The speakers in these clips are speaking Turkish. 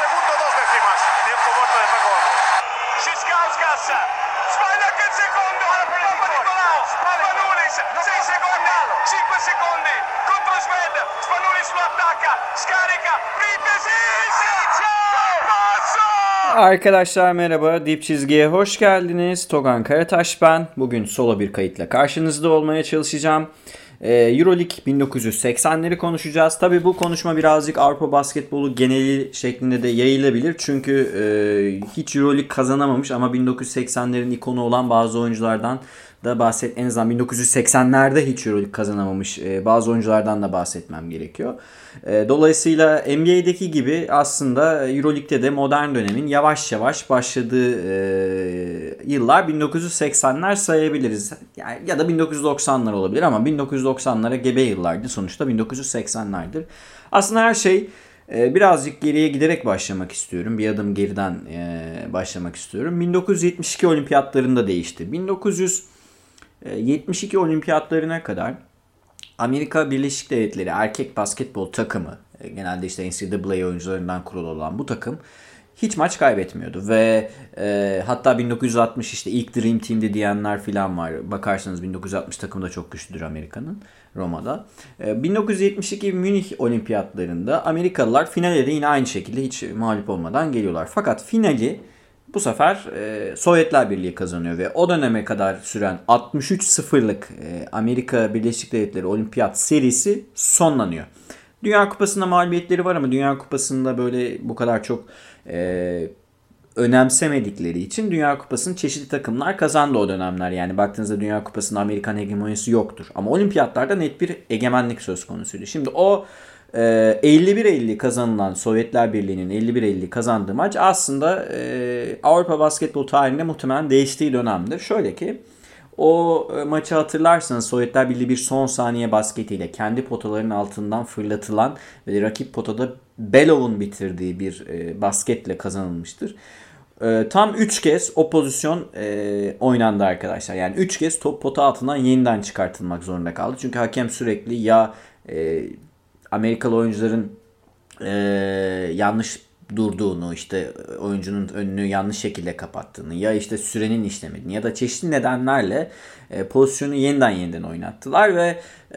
segundo dos décimas. Tiempo muerto de Paco Vamos. Schiskauskas. Sbaglia anche il secondo. Papa Nicolau. Spanulis. 6 secondi. 5 secondi. Contro Sved. Spanulis lo attacca. Scarica. Printesi. Passo. Arkadaşlar merhaba, Dip Çizgi'ye hoş geldiniz. Togan Karataş ben. Bugün solo bir kayıtla karşınızda olmaya çalışacağım. Euroleague 1980'leri konuşacağız. Tabii bu konuşma birazcık Avrupa basketbolu geneli şeklinde de yayılabilir. Çünkü hiç Euroleague kazanamamış ama 1980'lerin ikonu olan bazı oyunculardan da en azından 1980'lerde hiç Euroleague kazanamamış bazı oyunculardan da bahsetmem gerekiyor. Dolayısıyla NBA'deki gibi aslında Euroleague'de de modern dönemin yavaş yavaş başladığı yıllar 1980'ler sayabiliriz. Yani, ya da 1990'lar olabilir ama 1990'lara gebe yıllardı, sonuçta 1980'lerdir. Aslında her şey birazcık geriye giderek başlamak istiyorum. Bir adım geriden başlamak istiyorum. 1972 olimpiyatlarında değişti. 1972 olimpiyatlarına kadar Amerika Birleşik Devletleri erkek basketbol takımı, genelde işte NCAA oyuncularından kurulu olan bu takım hiç maç kaybetmiyordu ve hatta 1960 işte ilk Dream Team'di diyenler filan var. Bakarsanız 1960 takımı da çok güçlüdür Amerika'nın, Roma'da. 1972 Münih Olimpiyatlarında Amerikalılar finale de yine aynı şekilde hiç mağlup olmadan geliyorlar. Fakat finali bu sefer Sovyetler Birliği kazanıyor ve o döneme kadar süren 63-0'lık Amerika Birleşik Devletleri Olimpiyat serisi sonlanıyor. Dünya Kupası'nda mağlubiyetleri var ama Dünya Kupası'nda böyle bu kadar çok önemsemedikleri için Dünya Kupası'nı çeşitli takımlar kazandı o dönemler. Yani baktığınızda Dünya Kupası'nda Amerikan hegemonisi yoktur. Ama olimpiyatlarda net bir egemenlik söz konusuydu. Şimdi o 51-50 kazanılan Sovyetler Birliği'nin 51-50 kazandığı maç aslında Avrupa basketbol tarihinde muhtemelen değiştiği dönemdir. Şöyle ki o maçı hatırlarsanız Sovyetler Birliği bir son saniye basketiyle kendi potalarının altından fırlatılan ve rakip potada Belov'un bitirdiği bir basketle kazanılmıştır. Tam 3 kez o pozisyon oynandı arkadaşlar. Yani 3 kez top pota altından yeniden çıkartılmak zorunda kaldı. Çünkü hakem sürekli ya Amerikalı oyuncuların yanlış durduğunu, işte oyuncunun önünü yanlış şekilde kapattığını ya işte sürenin işlemediğini ya da çeşitli nedenlerle pozisyonu yeniden oynattılar ve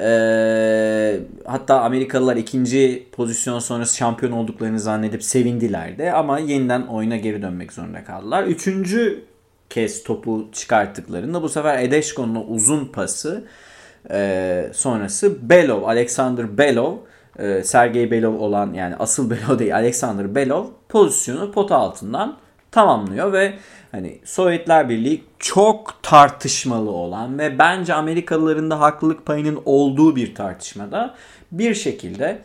hatta Amerikalılar ikinci pozisyon sonrası şampiyon olduklarını zannedip sevindiler de ama yeniden oyuna geri dönmek zorunda kaldılar. Üçüncü kez topu çıkarttıklarında bu sefer Edeşko'nun uzun pası sonrası Alexander Belov, Sergey Belov olan, yani asıl Belov değil, Alexander Belov pozisyonu pota altından tamamlıyor ve hani Sovyetler Birliği çok tartışmalı olan ve bence Amerikalıların da haklılık payının olduğu bir tartışmada bir şekilde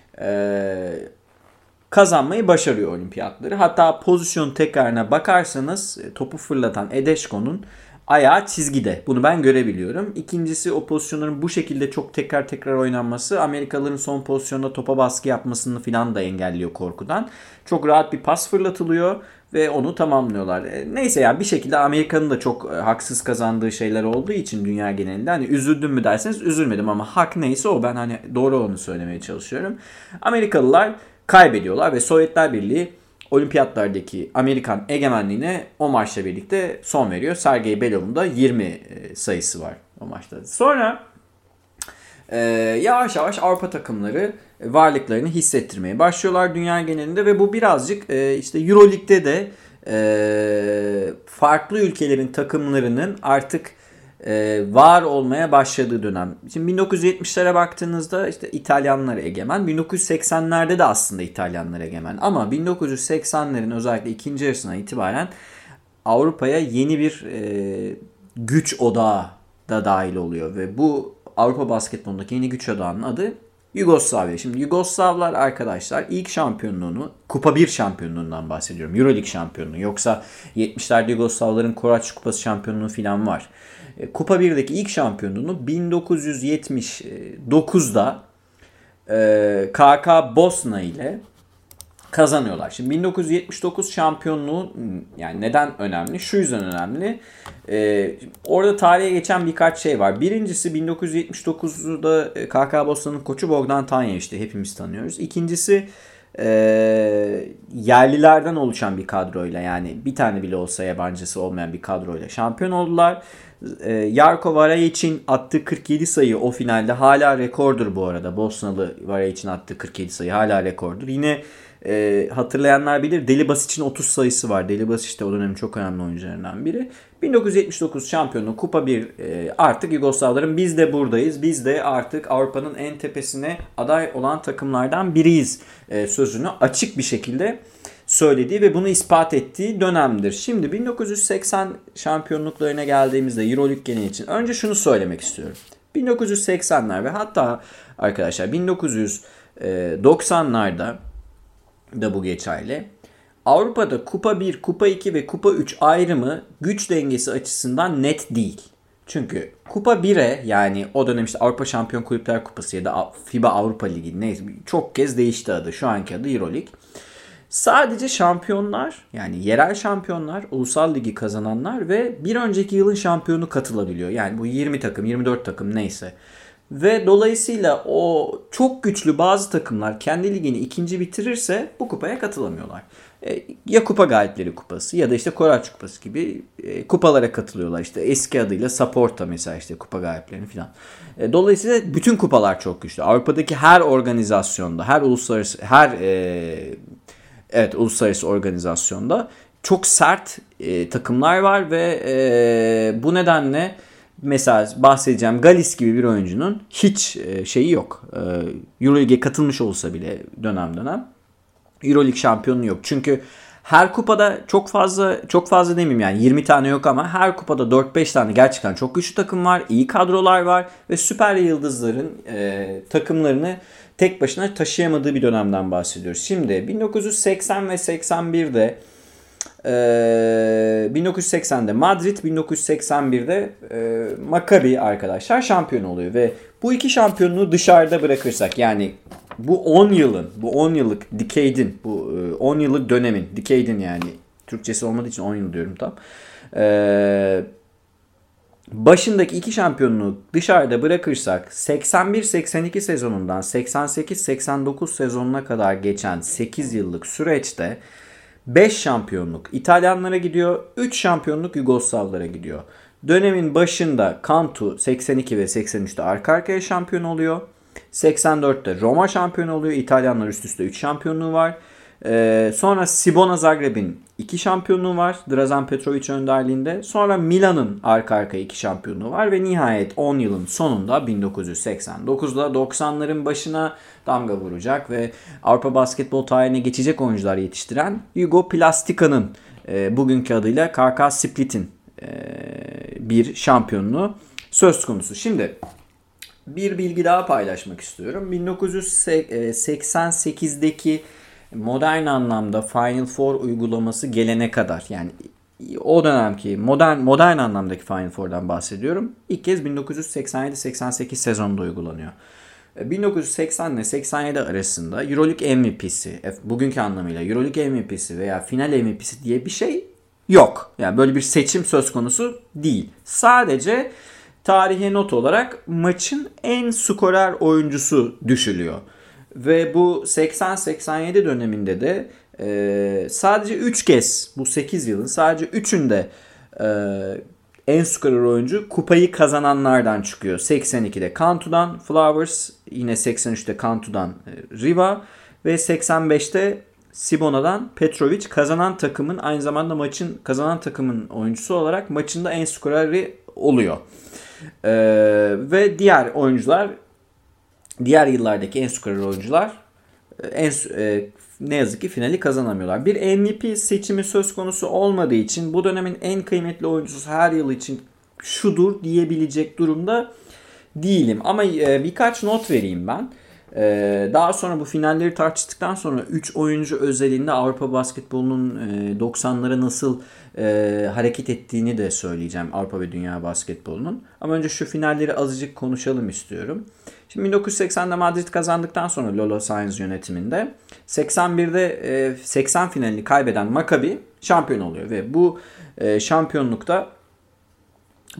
kazanmayı başarıyor olimpiyatları. Hatta pozisyon tekrarına bakarsanız topu fırlatan Edeşko'nun ayağı çizgide. Bunu ben görebiliyorum. İkincisi, o pozisyonların bu şekilde çok tekrar oynanması Amerikalıların son pozisyonda topa baskı yapmasını falan da engelliyor korkudan. Çok rahat bir pas fırlatılıyor ve onu tamamlıyorlar. Neyse yani bir şekilde Amerika'nın da çok haksız kazandığı şeyler olduğu için dünya genelinde hani üzüldüm mü derseniz üzülmedim ama hak neyse o, ben hani doğru olanı söylemeye çalışıyorum. Amerikalılar kaybediyorlar ve Sovyetler Birliği olimpiyatlardaki Amerikan egemenliğine o maçla birlikte son veriyor. Sergey Belov'un da 20 sayısı var o maçta. Sonra yavaş yavaş Avrupa takımları varlıklarını hissettirmeye başlıyorlar dünya genelinde ve bu birazcık işte Euroleague'de de farklı ülkelerin takımlarının artık var olmaya başladığı dönem. Şimdi 1970'lere baktığınızda işte İtalyanlar egemen. 1980'lerde de aslında İtalyanlar egemen. Ama 1980'lerin özellikle ikinci yarısına itibaren Avrupa'ya yeni bir güç odağı da dahil oluyor. Ve bu Avrupa basketbolundaki yeni güç odağının adı Yugoslavya. Şimdi Yugoslavlar arkadaşlar ilk şampiyonluğunu, Kupa 1 şampiyonluğundan bahsediyorum. Euroleague şampiyonluğu. Yoksa 70'lerde Yugoslavların Koraç Kupası şampiyonluğu falan var. Kupa 1'deki ilk şampiyonluğunu 1979'da KK Bosna ile kazanıyorlar. Şimdi 1979 şampiyonluğu yani neden önemli? Şu yüzden önemli. Orada tarihe geçen birkaç şey var. Birincisi 1979'da KK Bosna'nın koçu Bogdan Tanjevic'ti. Hepimiz tanıyoruz. İkincisi yerlilerden oluşan bir kadroyla, yani bir tane bile olsa yabancısı olmayan bir kadroyla şampiyon oldular. Jarko Varayic'in attığı 47 sayı o finalde hala rekordur bu arada. Bosnalı Varayic'in attığı 47 sayı hala rekordur. Yine hatırlayanlar bilir, Deli Basic'in 30 sayısı var. Deli Basic de o dönemin çok önemli oyuncularından biri. 1979 şampiyonluğu Kupa 1, artık Yugoslavların biz de buradayız. Biz de artık Avrupa'nın en tepesine aday olan takımlardan biriyiz sözünü açık bir şekilde söylediği ve bunu ispat ettiği dönemdir. Şimdi 1980 şampiyonluklarına geldiğimizde Euroleague genel için önce şunu söylemek istiyorum. 1980'ler ve hatta arkadaşlar 1990'larda da bu geçerli. Avrupa'da Kupa 1, Kupa 2 ve Kupa 3 ayrımı güç dengesi açısından net değil. Çünkü Kupa 1'e, yani o dönem işte Avrupa Şampiyon Kulüpler Kupası ya da FIBA Avrupa Ligi, neyse çok kez değişti adı. Şu anki adı Euroleague. Sadece şampiyonlar, yani yerel şampiyonlar, ulusal ligi kazananlar ve bir önceki yılın şampiyonu katılabiliyor. Yani bu 20 takım, 24 takım neyse. Ve dolayısıyla o çok güçlü bazı takımlar kendi ligini ikinci bitirirse bu kupaya katılamıyorlar. Ya Kupa Galipleri Kupası ya da işte Koraç Kupası gibi kupalara katılıyorlar. İşte eski adıyla Saporta mesela, işte Kupa Galiplerini falan. Dolayısıyla bütün kupalar çok güçlü. Avrupa'daki her organizasyonda, her uluslararası, uluslararası organizasyonda çok sert takımlar var ve bu nedenle mesela bahsedeceğim Galis gibi bir oyuncunun hiç şeyi yok. Euroleague'e katılmış olsa bile dönem dönem Euroleague şampiyonluğu yok. Çünkü her kupada çok fazla demeyeyim, yani 20 tane yok ama her kupada 4-5 tane gerçekten çok güçlü takım var. İyi kadrolar var ve süper yıldızların takımlarını tek başına taşıyamadığı bir dönemden bahsediyoruz. Şimdi 1980 ve 81'de 1980'de Madrid, 1981'de Maccabi arkadaşlar şampiyon oluyor ve bu iki şampiyonluğu dışarıda bırakırsak, yani bu 10 yıllık decade'in, bu 10 yıllık dönemin, decade'in, yani Türkçesi olmadığı için 10 yıl diyorum tam. Başındaki iki şampiyonluğu dışarıda bırakırsak 81-82 sezonundan 88-89 sezonuna kadar geçen 8 yıllık süreçte 5 şampiyonluk İtalyanlara gidiyor, 3 şampiyonluk Yugoslavlara gidiyor. Dönemin başında Cantu 82 ve 83'te arka arkaya şampiyon oluyor. 84'te Roma şampiyon oluyor. İtalyanlar üst üste 3 şampiyonluğu var. Sonra Cibona Zagreb'in 2 şampiyonluğu var Drazen Petrovic önderliğinde. Sonra Milan'ın arka arkaya 2 şampiyonluğu var ve nihayet 10 yılın sonunda 1989'da 90'ların başına damga vuracak ve Avrupa basketbol tarihine geçecek oyuncular yetiştiren Hugo Plastica'nın bugünkü adıyla KK Split'in bir şampiyonluğu söz konusu. Şimdi bir bilgi daha paylaşmak istiyorum. 1988'deki modern anlamda Final Four uygulaması gelene kadar, yani o dönemki modern anlamdaki Final Four'dan bahsediyorum. İlk kez 1987-88 sezonunda uygulanıyor. 1980 ile 87 arasında Euroleague MVP'si, bugünkü anlamıyla Euroleague MVP'si veya final MVP'si diye bir şey yok. Yani böyle bir seçim söz konusu değil. Sadece tarihe not olarak maçın en skorer oyuncusu düşülüyor. Ve bu 80-87 döneminde de sadece 3 kez, bu 8 yılın sadece 3'ünde en skorer oyuncu kupayı kazananlardan çıkıyor. 82'de Cantu'dan Flowers, yine 83'te Cantu'dan Riva ve 85'te Cibona'dan Petrovic, kazanan takımın aynı zamanda maçın kazanan takımın oyuncusu olarak maçında en skoreri oluyor. Ve diğer oyuncular, diğer yıllardaki en skorer oyuncular ne yazık ki finali kazanamıyorlar. Bir MVP seçimi söz konusu olmadığı için bu dönemin en kıymetli oyuncusu her yıl için şudur diyebilecek durumda değilim. Ama birkaç not vereyim ben. Daha sonra bu finalleri tartıştıktan sonra 3 oyuncu özelinde Avrupa basketbolunun 90'lara nasıl hareket ettiğini de söyleyeceğim, Avrupa ve Dünya basketbolunun. Ama önce şu finalleri azıcık konuşalım istiyorum. Şimdi 1980'de Madrid kazandıktan sonra Lolo Sainz yönetiminde 81'de 80 finalini kaybeden Maccabi şampiyon oluyor ve bu şampiyonlukta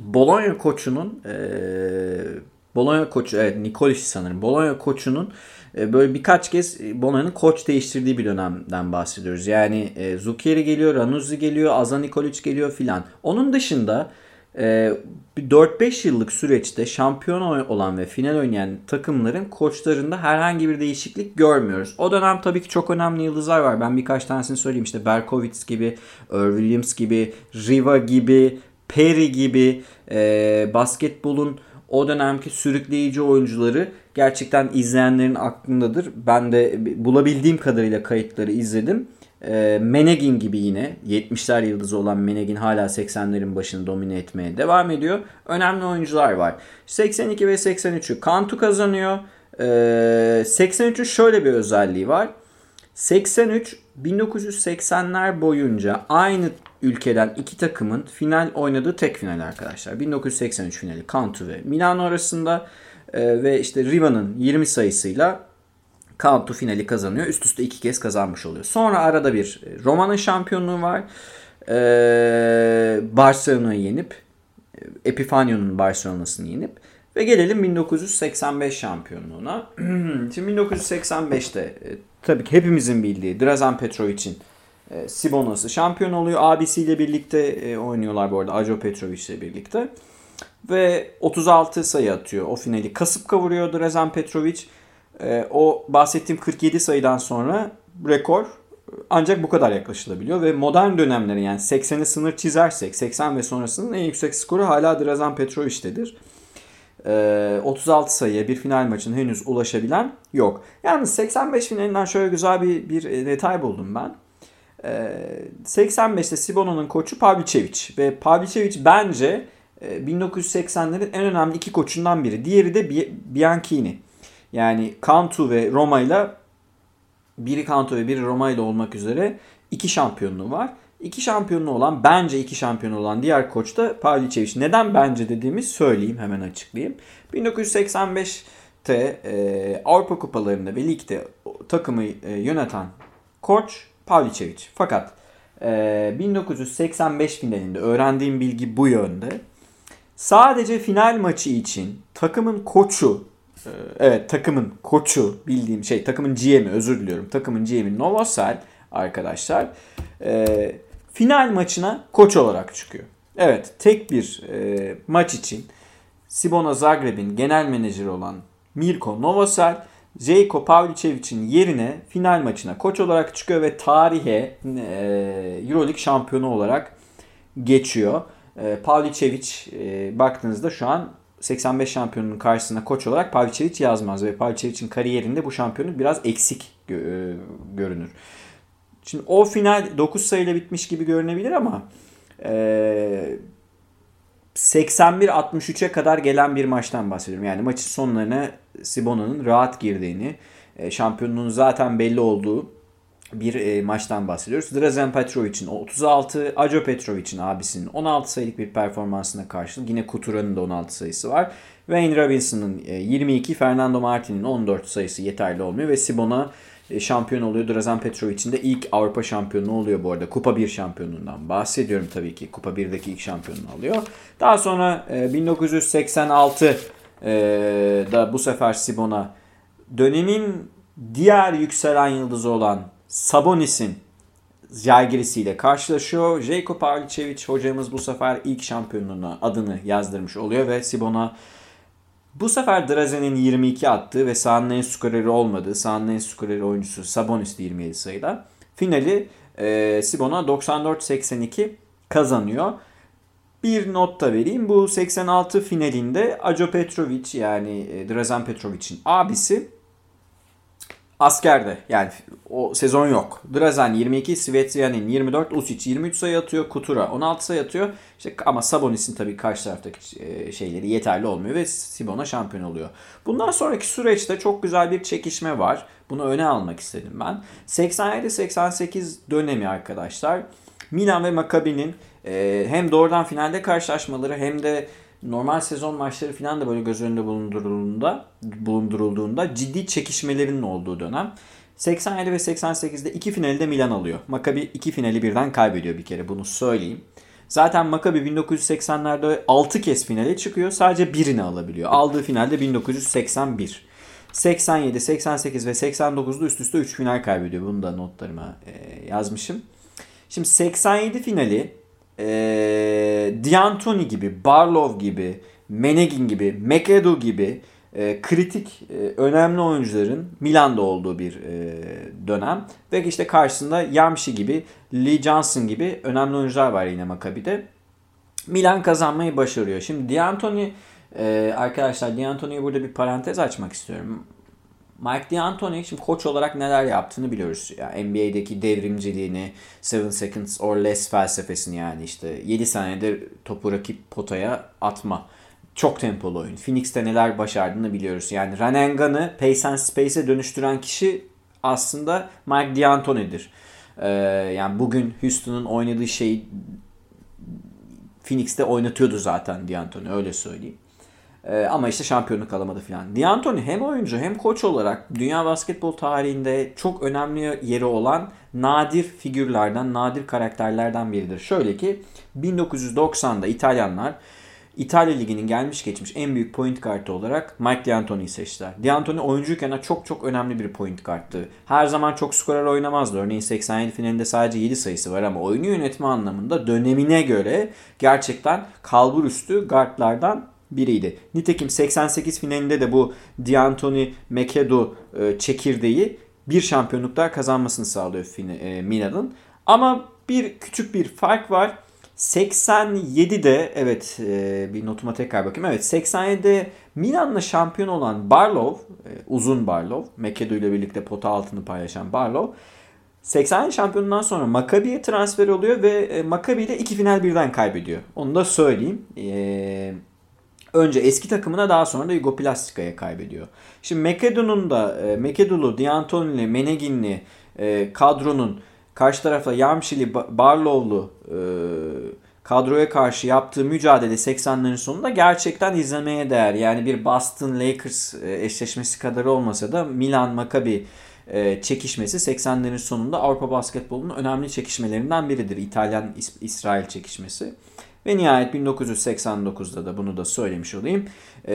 Bologna koçu Nikolic sanırım. Bologna koçunun böyle birkaç kez Bona'nın koç değiştirdiği bir dönemden bahsediyoruz. Yani Zuccheri geliyor, Ranuzzi geliyor, Aza Nikolic geliyor filan. Onun dışında bir 4-5 yıllık süreçte şampiyon olan ve final oynayan takımların koçlarında herhangi bir değişiklik görmüyoruz. O dönem tabii ki çok önemli yıldızlar var. Ben birkaç tanesini söyleyeyim. İşte Berkowitz gibi, Earl Williams gibi, Riva gibi, Perry gibi basketbolun o dönemki sürükleyici oyuncuları gerçekten izleyenlerin aklındadır. Ben de bulabildiğim kadarıyla kayıtları izledim. Menegin gibi yine 70'ler yıldızı olan Menegin hala 80'lerin başını domine etmeye devam ediyor. Önemli oyuncular var. 82 ve 83'ü Cantu kazanıyor. 83'ün şöyle bir özelliği var. 83 1980'ler boyunca aynı ülkeden iki takımın final oynadığı tek final arkadaşlar. 1983 finali Cantu ve Milano arasında ve işte Riva'nın 20 sayısıyla Cantu finali kazanıyor. Üst üste 2 kez kazanmış oluyor. Sonra arada bir Roma'nın şampiyonluğu var. Barcelona'yı yenip Epifanio'nun Barcelona'sını yenip ve gelelim 1985 şampiyonluğuna. Şimdi 1985'te tabii ki hepimizin bildiği Drazen Petrovic'in Sibona'sı şampiyon oluyor. Abisiyle birlikte oynuyorlar bu arada. Ajo Petrovic ile birlikte. Ve 36 sayı atıyor. O finali kasıp kavuruyor Drazen Petrovic. O bahsettiğim 47 sayıdan sonra rekor ancak bu kadar yaklaşılabiliyor. Ve modern dönemlerin yani 80'e sınır çizersek 80 ve sonrasının en yüksek skoru hala Drazen Petrovic'tedir. 36 sayıya bir final maçına henüz ulaşabilen yok. Yalnız 85 finalinden şöyle güzel bir detay buldum ben. 85'te Sibona'nın koçu Pavlicevic ve Pavlicevic bence 1980'lerin en önemli iki koçundan biri. Diğeri de Bianchini. Yani Cantu ve Roma'yla biri Cantu ve biri Roma'yla olmak üzere iki şampiyonluğu var. Bence iki şampiyonu olan diğer koç da Pavlicevic. Neden bence dediğimi söyleyeyim, hemen açıklayayım. 1985'te Avrupa Kupalarında ve ligde takımı yöneten koç Pavlicevic. Fakat 1985 finalinde öğrendiğim bilgi bu yönde. Sadece final maçı için takımın koçu, takımın GM'i, özür diliyorum. Takımın GM'i Novosel arkadaşlar final maçına koç olarak çıkıyor. Evet, tek bir maç için Cibona Zagreb'in genel menajeri olan Mirko Novosel, Željko Pavlicevic'in yerine final maçına koç olarak çıkıyor ve tarihe Euroleague şampiyonu olarak geçiyor. Pavlicevic baktığınızda şu an 85 şampiyonunun karşısına koç olarak Pavlicevic yazmaz ve Pavlicevic'in kariyerinde bu şampiyonluk biraz eksik görünür. Şimdi o final 9 sayıyla bitmiş gibi görünebilir ama 81-63'e kadar gelen bir maçtan bahsediyorum. Yani maçın sonlarına Sibona'nın rahat girdiğini, şampiyonluğun zaten belli olduğu bir maçtan bahsediyoruz. Drazen Petrovic'in 36, Ajo Petrovic'in abisinin 16 sayılık bir performansına karşılık yine Kutura'nın da 16 sayısı var. Wayne Robinson'ın 22, Fernando Martin'in 14 sayısı yeterli olmuyor ve Sibona şampiyon oluyor. Drazen Petrovic'in de ilk Avrupa şampiyonu oluyor bu arada. Kupa 1 şampiyonluğundan bahsediyorum tabii ki. Kupa 1'deki ilk şampiyonluğu alıyor. Daha sonra 1986'da bu sefer Sibona dönemin diğer yükselen yıldızı olan Sabonis'in Žalgiris'iyle karşılaşıyor. Željko Pavlicevic hocamız bu sefer ilk şampiyonluğuna adını yazdırmış oluyor ve Sibona bu sefer Drazen'in 22 attığı ve sahanın en skoreri olmadığı, sahanın en skoreri oyuncusu Sabonis'ti 27 sayıda. Finali Sibona 94-82 kazanıyor. Bir not da vereyim. Bu 86 finalinde Ajo Petrovic yani Drazen Petrovic'in abisi askerde. Yani o sezon yok. Drazen 22, Svetlyanin 24, Usic 23 sayı atıyor. Kutura 16 sayı atıyor. İşte ama Sabonis'in tabii karşı taraftaki şeyleri yeterli olmuyor ve Sibona şampiyon oluyor. Bundan sonraki süreçte çok güzel bir çekişme var. Bunu öne almak istedim ben. 87-88 dönemi arkadaşlar. Milan ve Maccabi'nin hem doğrudan finalde karşılaşmaları hem de normal sezon maçları falan da böyle göz önünde bulundurulduğunda ciddi çekişmelerinin olduğu dönem. 87 ve 88'de iki finali de Milan alıyor. Maccabi iki finali birden kaybediyor bir kere, bunu söyleyeyim. Zaten Maccabi 1980'lerde 6 kez finale çıkıyor. Sadece birini alabiliyor. Aldığı finalde 1981. 87, 88 ve 89'da üst üste 3 final kaybediyor. Bunu da notlarıma yazmışım. Şimdi 87 finali D'Antoni gibi, Barlov gibi, Meneghin gibi, McAdoo gibi kritik, önemli oyuncuların Milan'da olduğu bir dönem. Ve işte karşısında Yamşi gibi, Lee Johnson gibi önemli oyuncular var yine Maccabi'de. Milan kazanmayı başarıyor. Şimdi D'Antoni, arkadaşlar D'Antoni'ye burada bir parantez açmak istiyorum. Mike D'Antoni şimdi koç olarak neler yaptığını biliyoruz. Yani NBA'deki devrimciliğini, 7 seconds or less felsefesini, yani işte 7 saniyede topu rakip potaya atma. Çok tempolu oyun. Phoenix'te neler başardığını biliyoruz. Yani Ranengan'ı pace and space'e dönüştüren kişi aslında Mike D'Antoni'dir. Yani bugün Houston'un oynadığı şeyi Phoenix'te oynatıyordu zaten D'Antoni, öyle söyleyeyim. Ama işte şampiyonluk alamadı falan. D'Antoni hem oyuncu hem koç olarak dünya basketbol tarihinde çok önemli yeri olan nadir figürlerden, nadir karakterlerden biridir. Şöyle ki 1990'da İtalyanlar İtalya Ligi'nin gelmiş geçmiş en büyük point guard'ı olarak Mike D'Antoni'yi seçtiler. D'Antoni oyuncuyken çok çok önemli bir point guard'tı. Her zaman çok skorer oynamazdı. Örneğin 87 finalinde sadece 7 sayısı var ama oyunu yönetme anlamında dönemine göre gerçekten kalbur üstü guardlardan biriydi. Nitekim 88 finalinde de bu D'Antoni McAdoo çekirdeği bir şampiyonluklar kazanmasını sağlıyor Milan'ın. Ama küçük bir fark var. 87'de evet, bir notuma tekrar bakayım. Evet, 87'de Milan'la şampiyon olan Barlov, uzun Barlov, McAdoo ile birlikte pota altını paylaşan Barlov 80 şampiyonundan sonra Maccabi'ye transfer oluyor ve Maccabi ile 2 final birden kaybediyor. Onu da söyleyeyim. Önce eski takımına, daha sonra da Jugoplastika'ya kaybediyor. Şimdi McAdoo'lu, D'Antoni'li, Meneghin'li kadronun karşı tarafta Yamşili, Barlov'lu kadroya karşı yaptığı mücadele 80'lerin sonunda gerçekten izlemeye değer. Yani bir Boston Lakers eşleşmesi kadar olmasa da Milan Maccabi çekişmesi 80'lerin sonunda Avrupa basketbolunun önemli çekişmelerinden biridir. İtalyan-İsrail çekişmesi. Ve nihayet 1989'da da bunu da söylemiş olayım.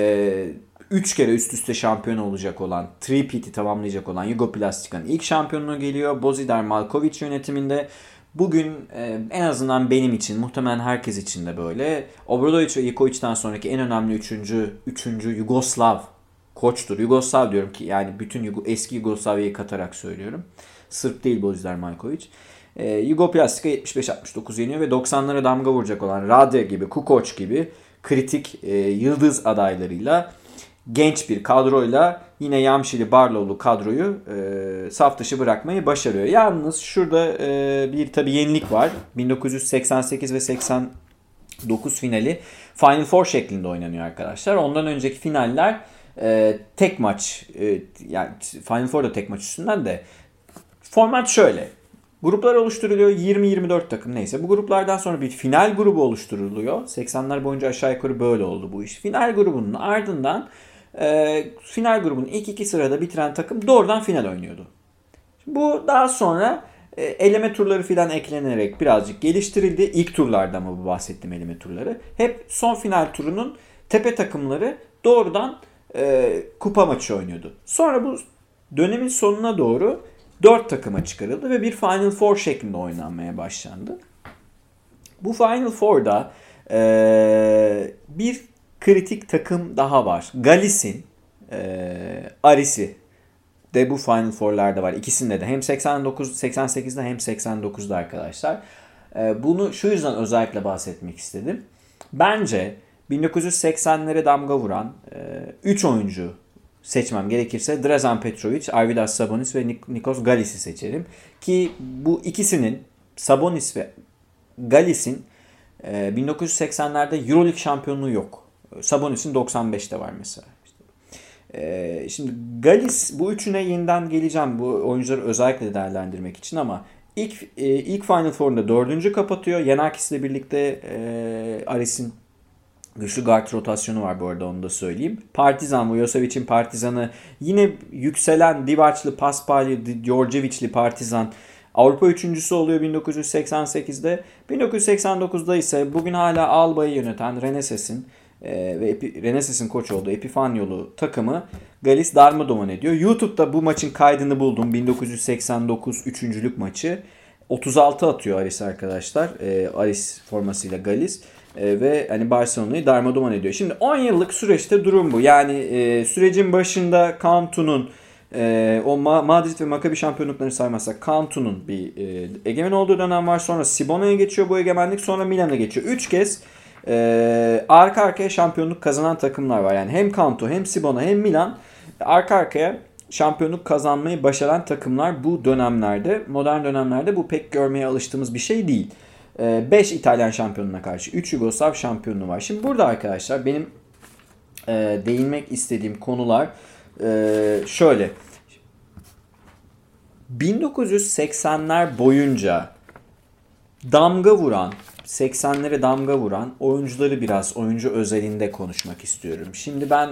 3 kere üst üste şampiyon olacak olan, three-peat'i tamamlayacak olan Jugoplastika'nın ilk şampiyonluğu geliyor. Bozidar Maljkovic yönetiminde. Bugün en azından benim için, muhtemelen herkes için de böyle, Obradovic ve Ivkovic'ten sonraki en önemli 3. Yugoslav koçtur. Yugoslav diyorum ki yani bütün eski Yugoslavya'yı katarak söylüyorum. Sırp değil Bozidar Maljkovic. Jugoplastika 75-69 yeniyor ve 90'lara damga vuracak olan Rade gibi, Kukoc gibi kritik yıldız adaylarıyla, genç bir kadroyla yine Yamşili, Barlov'lu kadroyu saf dışı bırakmayı başarıyor. Yalnız şurada bir tabii yenilik var. 1988 ve 89 finali Final Four şeklinde oynanıyor arkadaşlar. Ondan önceki finaller tek maç, yani Final Four'da tek maç üstünden de format şöyle. Gruplar oluşturuluyor. 20-24 takım neyse. Bu gruplardan sonra bir final grubu oluşturuluyor. 80'ler boyunca aşağı yukarı böyle oldu bu iş. Final grubunun ardından final grubunun ilk 2 sırada bitiren takım doğrudan final oynuyordu. Bu daha sonra eleme turları filan eklenerek birazcık geliştirildi. İlk turlarda mı bu bahsettiğim eleme turları? Hep son final turunun tepe takımları doğrudan kupa maçı oynuyordu. Sonra bu dönemin sonuna doğru 4 takıma çıkarıldı ve bir Final Four şeklinde oynanmaya başlandı. Bu Final Four'da bir kritik takım daha var. Galis'in Aris'i de bu Final Four'larda var. İkisinde de hem 88'de hem 89'da arkadaşlar. Bunu şu yüzden özellikle bahsetmek istedim. Bence 1980'lere damga vuran 3 oyuncu seçmem gerekirse Drazen Petrovic, Arvydas Sabonis ve Nikos Galis'i seçerim. Ki bu ikisinin, Sabonis ve Galis'in 1980'lerde Euroleague şampiyonluğu yok. Sabonis'in 95'te var mesela. Şimdi Galis, bu üçüne yeniden geleceğim bu oyuncuları özellikle değerlendirmek için ama ilk Final Four'da 4. kapatıyor. Yanakis'le birlikte Aris'in güçlü guard rotasyonu var bu arada, onu da söyleyeyim. Partizan, Vujosevic'in Partizan'ı, yine yükselen Divac'lı, Paspal'li, Djordjevic'li Partizan Avrupa üçüncüsü oluyor 1988'de. 1989'da ise bugün hala Alba'yı yöneten Reneses'in ve Renesis'in koç olduğu Epifaniolu takımı Galis darmadağın ediyor. YouTube'da bu maçın kaydını buldum. 1989 üçüncülük maçı. 36 atıyor Aris arkadaşlar. Aris formasıyla Galis. Ve hani Barcelona'yı darmadağın ediyor. Şimdi 10 yıllık süreçte durum bu. Yani sürecin başında Cantu'nun o Madrid ve Maccabi şampiyonluklarını saymazsak Cantu'nun bir egemen olduğu dönem var. Sonra Sibona'ya geçiyor bu egemenlik. Sonra Milan'a geçiyor. 3 kez arka arkaya şampiyonluk kazanan takımlar var. Yani hem Cantu hem Sibona hem Milan arka arkaya şampiyonluk kazanmayı başaran takımlar bu dönemlerde. Modern dönemlerde bu pek görmeye alıştığımız bir şey değil. 5 İtalyan şampiyonuna karşı 3 Yugoslav şampiyonu var. Şimdi burada arkadaşlar benim değinmek istediğim konular şöyle. 1980'ler boyunca damga vuran, 80'lere damga vuran oyuncuları biraz oyuncu özelinde konuşmak istiyorum. Şimdi ben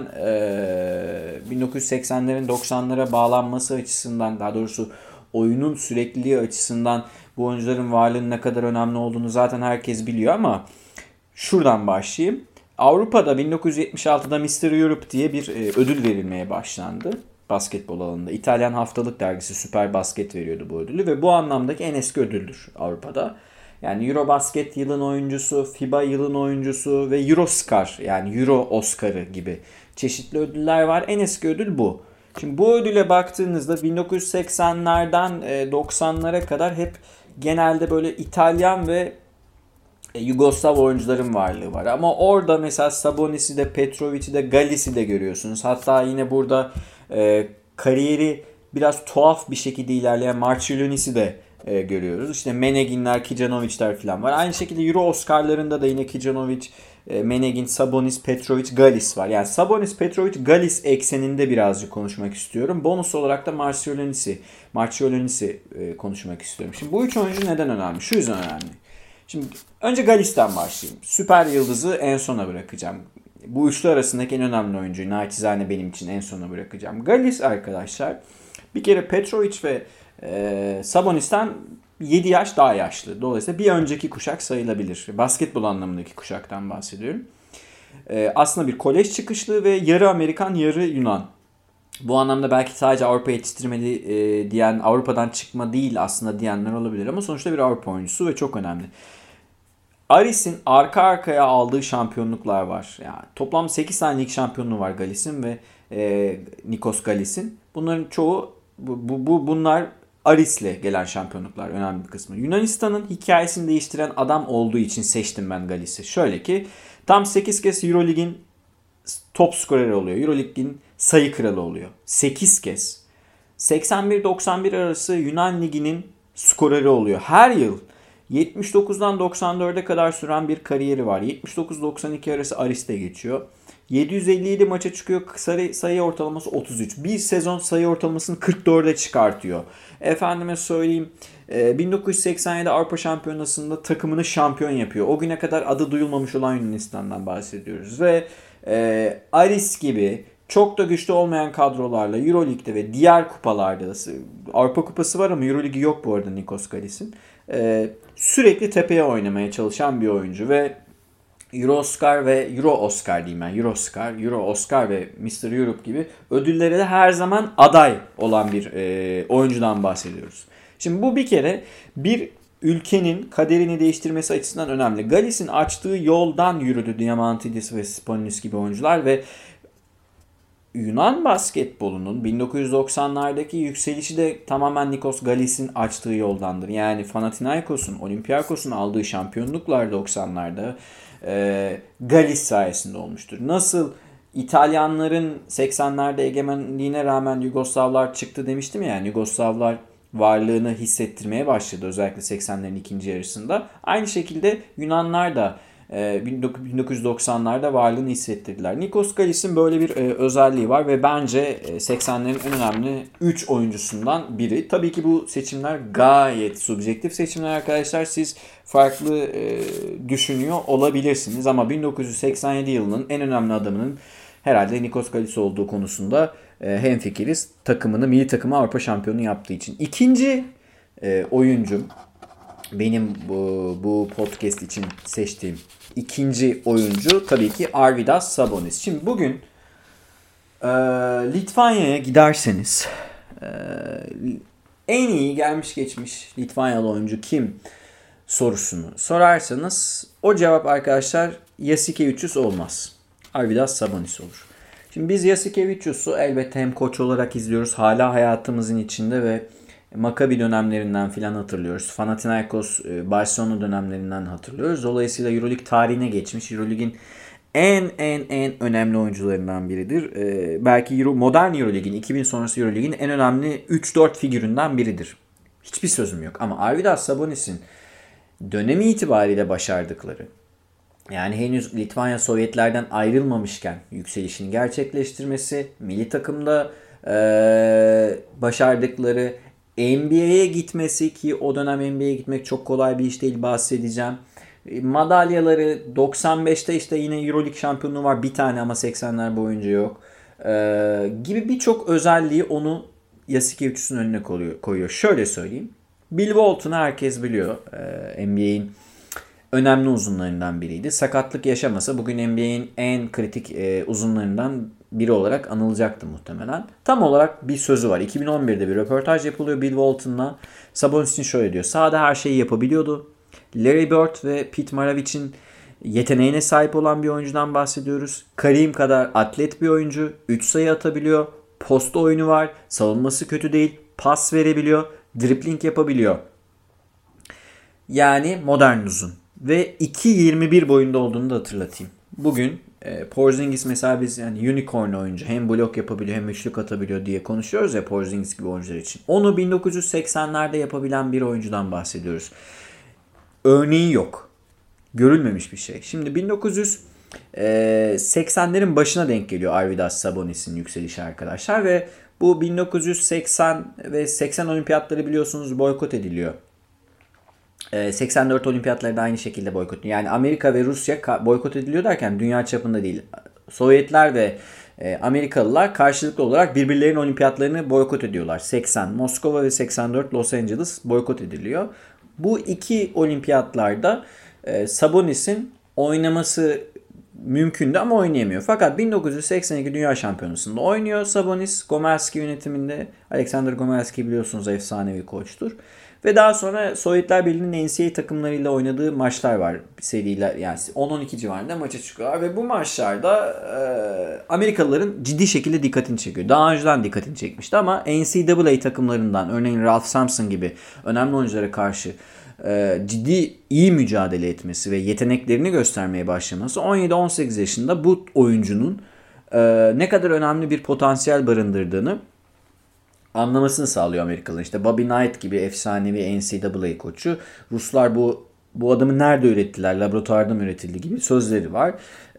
1980'lerin 90'lara bağlanması açısından, daha doğrusu oyunun sürekliliği açısından bu oyuncuların varlığının ne kadar önemli olduğunu zaten herkes biliyor ama şuradan başlayayım. Avrupa'da 1976'da Mr. Europe diye bir ödül verilmeye başlandı basketbol alanında. İtalyan haftalık dergisi Süper Basket veriyordu bu ödülü ve bu anlamdaki en eski ödüldür Avrupa'da. Yani Eurobasket yılın oyuncusu, FIBA yılın oyuncusu ve Euroscar yani Euro Oscar'ı gibi çeşitli ödüller var. En eski ödül bu. Şimdi bu ödüle baktığınızda 1980'lerden 90'lara kadar hep genelde böyle İtalyan ve Yugoslav oyuncuların varlığı var. Ama orada mesela Sabonis'i de, Petrovic'i de, Galis'i de görüyorsunuz. Hatta yine burada kariyeri biraz tuhaf bir şekilde ilerleyen Marcellonis'i de görüyoruz. İşte Meneginler, Kijanovic'ler falan var. Aynı şekilde Euro Oscar'larında da yine Kijanovic, Menegin, Sabonis, Petrovic, Galis var. Yani Sabonis, Petrovic, Galis ekseninde birazcık konuşmak istiyorum. Bonus olarak da Marcellonis'i konuşmak istiyorum. Şimdi bu üç oyuncu neden önemli? Şu yüzden önemli. Şimdi önce Galis'ten başlayayım. Süper yıldızı en sona bırakacağım. Bu üçlü arasındaki en önemli oyuncuyu naçizane benim için en sona bırakacağım. Galis arkadaşlar bir kere Petrovic ve Sabonis'ten 7 yaş daha yaşlı. Dolayısıyla bir önceki kuşak sayılabilir. Basketbol anlamındaki kuşaktan bahsediyorum. Aslında bir kolej çıkışlı ve yarı Amerikan yarı Yunan. Bu anlamda belki sadece Avrupa yetiştirmeli diyen, Avrupa'dan çıkma değil aslında diyenler olabilir ama sonuçta bir Avrupa oyuncusu ve çok önemli. Aris'in arka arkaya aldığı şampiyonluklar var. Yani toplam 8 tane lig şampiyonluğu var Galis'in ve Nikos Galis'in. Bunların çoğu bunlar Aris'le gelen şampiyonluklar önemli bir kısmı. Yunanistan'ın hikayesini değiştiren adam olduğu için seçtim ben Galis'i. Şöyle ki tam 8 kez Eurolig'in top skoreri oluyor. Eurolig'in sayı kralı oluyor. 8 kez. 81-91 arası Yunan Ligi'nin skoreri oluyor. Her yıl 79'dan 94'e kadar süren bir kariyeri var. 79-92 arası Aris'te geçiyor. 757 maça çıkıyor. Sayı ortalaması 33. Bir sezon sayı ortalamasını 44'e çıkartıyor. Efendime söyleyeyim 1987 Avrupa Şampiyonası'nda takımını şampiyon yapıyor. O güne kadar adı duyulmamış olan Yunanistan'dan bahsediyoruz. Ve Aris gibi çok da güçlü olmayan kadrolarla Euroleague'de ve diğer kupalarda Avrupa Kupası var ama Euroligi yok bu arada Nikos Galis'in. Sürekli tepeye oynamaya çalışan bir oyuncu ve Euro Oscar ve Euro Oscar diyeyim ben. Euro Oscar ve Mr. Europe gibi ödüllere de her zaman aday olan bir oyuncudan bahsediyoruz. Şimdi bu bir kere bir ülkenin kaderini değiştirmesi açısından önemli. Galis'in açtığı yoldan yürüdü Diamantidis ve Spanolis gibi oyuncular ve Yunan basketbolunun 1990'lardaki yükselişi de tamamen Nikos Galis'in açtığı yoldandır. Yani Panathinaikos'un, Olympiakos'un aldığı şampiyonluklar 90'larda Galis sayesinde olmuştur. Nasıl İtalyanların 80'lerde egemenliğine rağmen Yugoslavlar çıktı demiştim ya, yani Yugoslavlar varlığını hissettirmeye başladı özellikle 80'lerin ikinci yarısında. Aynı şekilde Yunanlar da 1990'larda varlığını hissettirdiler. Nikos Galis'in böyle bir özelliği var ve bence 80'lerin en önemli 3 oyuncusundan biri. Tabii ki bu seçimler gayet subjektif seçimler arkadaşlar. Siz farklı düşünüyor olabilirsiniz ama 1987 yılının en önemli adamının herhalde Nikos Galis olduğu konusunda hemfikiriz. Milli takımı Avrupa şampiyonu yaptığı için. İkinci oyuncum benim bu podcast için seçtiğim ikinci oyuncu tabii ki Arvydas Sabonis. Şimdi bugün Litvanya'ya giderseniz en iyi gelmiş geçmiş Litvanyalı oyuncu kim sorusunu sorarsanız o cevap arkadaşlar Jasikevičius olmaz. Arvydas Sabonis olur. Şimdi biz Jasikevičius'u elbette hem koç olarak izliyoruz. Hala hayatımızın içinde ve Maccabi dönemlerinden filan hatırlıyoruz. Panathinaikos, Barcelona dönemlerinden hatırlıyoruz. Dolayısıyla EuroLeague tarihine geçmiş. EuroLeague'in en önemli oyuncularından biridir. Belki modern EuroLeague'in, 2000 sonrası EuroLeague'in en önemli 3-4 figüründen biridir. Hiçbir sözüm yok. Ama Arvydas Sabonis'in dönemi itibariyle başardıkları, yani henüz Litvanya Sovyetlerden ayrılmamışken yükselişini gerçekleştirmesi, milli takımda başardıkları, NBA'ye gitmesi ki o dönem NBA'ye gitmek çok kolay bir iş değil, bahsedeceğim. Madalyaları 95'te işte yine EuroLeague şampiyonluğu var bir tane ama 80'ler boyunca yok. Gibi birçok özelliği onu Jasikevičius'un önüne koyuyor. Şöyle söyleyeyim. Bill Walton'u herkes biliyor. NBA'in önemli uzunlarından biriydi. Sakatlık yaşamasa bugün NBA'in en kritik uzunlarından biri olarak anılacaktı muhtemelen. Tam olarak bir sözü var. 2011'de bir röportaj yapılıyor Bill Walton'la. Sabonis için şöyle diyor. Sahada her şeyi yapabiliyordu. Larry Bird ve Pete Maravich'in yeteneğine sahip olan bir oyuncudan bahsediyoruz. Kareem kadar atlet bir oyuncu. 3 sayı atabiliyor. Posta oyunu var. Savunması kötü değil. Pas verebiliyor. Dribbling yapabiliyor. Yani modern uzun. Ve 2.21 boyunda olduğunu da hatırlatayım. Bugün Porzingis mesela biz yani unicorn oyuncu, hem blok yapabiliyor hem üçlük atabiliyor diye konuşuyoruz ya Porzingis gibi oyuncular için. Onu 1980'lerde yapabilen bir oyuncudan bahsediyoruz. Örneği yok. Görülmemiş bir şey. Şimdi 1980'lerin başına denk geliyor Arvydas Sabonis'in yükselişi arkadaşlar ve bu 1980 ve 80 olimpiyatları biliyorsunuz boykot ediliyor. 84 olimpiyatları da aynı şekilde boykot ediliyor. Yani Amerika ve Rusya boykot ediliyor derken dünya çapında değil. Sovyetler ve Amerikalılar karşılıklı olarak birbirlerinin olimpiyatlarını boykot ediyorlar. 80 Moskova ve 84 Los Angeles boykot ediliyor. Bu iki olimpiyatlarda Sabonis'in oynaması mümkündü ama oynayamıyor. Fakat 1982 Dünya Şampiyonası'nda oynuyor Sabonis. Gomelski yönetiminde. Alexander Gomelski biliyorsunuz efsanevi koçtur. Ve daha sonra Sovyetler Birliği'nin NCAA takımlarıyla oynadığı maçlar var. Seriler yani 10-12 civarında maça çıkıyorlar. Ve bu maçlarda Amerikalıların ciddi şekilde dikkatini çekiyor. Daha önceden dikkatini çekmişti ama NCAA takımlarından örneğin Ralph Sampson gibi önemli oyunculara karşı ciddi iyi mücadele etmesi ve yeteneklerini göstermeye başlaması 17-18 yaşında bu oyuncunun ne kadar önemli bir potansiyel barındırdığını anlamasını sağlıyor Amerikalılar. İşte Bobby Knight gibi efsanevi NCAA koçu. Ruslar bu adamı nerede ürettiler? Laboratuvarda mı üretildi gibi sözleri var.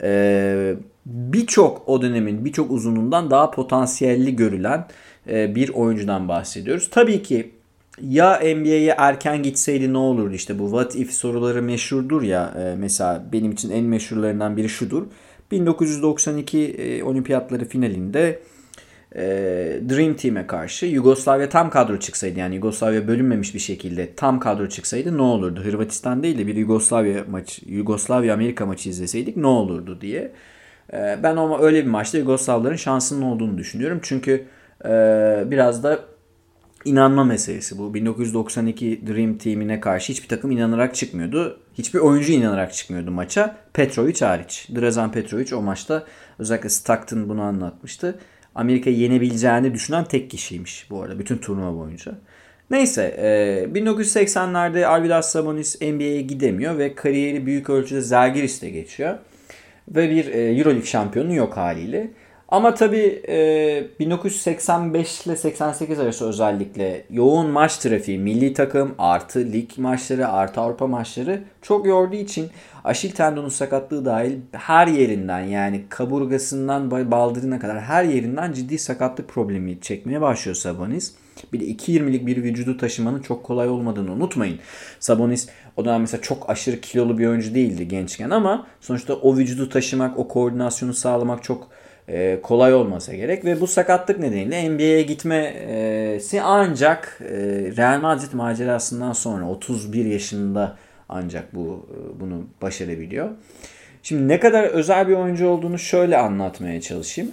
O dönemin birçok uzunluğundan daha potansiyelli görülen bir oyuncudan bahsediyoruz. Tabii ki ya NBA'ye erken gitseydi ne olurdu? İşte bu what if soruları meşhurdur ya. Mesela benim için en meşhurlarından biri şudur. 1992 olimpiyatları finalinde Dream Team'e karşı Yugoslavya tam kadro çıksaydı, yani Yugoslavya bölünmemiş bir şekilde tam kadro çıksaydı ne olurdu? Hırvatistan değil de bir Yugoslavya Amerika maçı izleseydik ne olurdu diye. Ben ama öyle bir maçta Yugoslavların şansının olduğunu düşünüyorum. Çünkü biraz da inanma meselesi bu. 1992 Dream Team'ine karşı hiçbir takım inanarak çıkmıyordu. Hiçbir oyuncu inanarak çıkmıyordu maça. Petrovic hariç. Drazen Petrovic o maçta, özellikle Stockton bunu anlatmıştı, Amerika'yı yenebileceğini düşünen tek kişiymiş bu arada bütün turnuva boyunca. Neyse 1980'lerde Arvydas Sabonis NBA'ye gidemiyor ve kariyeri büyük ölçüde Zalgiris'te geçiyor. Ve bir EuroLeague şampiyonu yok haliyle. Ama tabii 1985 ile 88 arası özellikle yoğun maç trafiği, milli takım artı lig maçları artı Avrupa maçları çok yorduğu için Aşil tendonu sakatlığı dahil her yerinden, yani kaburgasından baldırına kadar her yerinden ciddi sakatlık problemi çekmeye başlıyor Sabonis. Bir de 2.20'lik bir vücudu taşımanın çok kolay olmadığını unutmayın. Sabonis o dönem mesela çok aşırı kilolu bir oyuncu değildi gençken ama sonuçta o vücudu taşımak, o koordinasyonu sağlamak çok kolay olmasa gerek ve bu sakatlık nedeniyle NBA'ye gitmesi ancak Real Madrid macerasından sonra 31 yaşında ancak bunu başarabiliyor. Şimdi ne kadar özel bir oyuncu olduğunu şöyle anlatmaya çalışayım.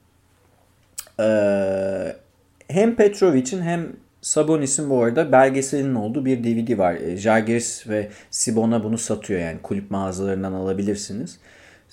Hem Petrovic'in hem Sabonis'in bu arada belgeselinin olduğu bir DVD var. Žalgiris ve Cibona bunu satıyor, yani kulüp mağazalarından alabilirsiniz.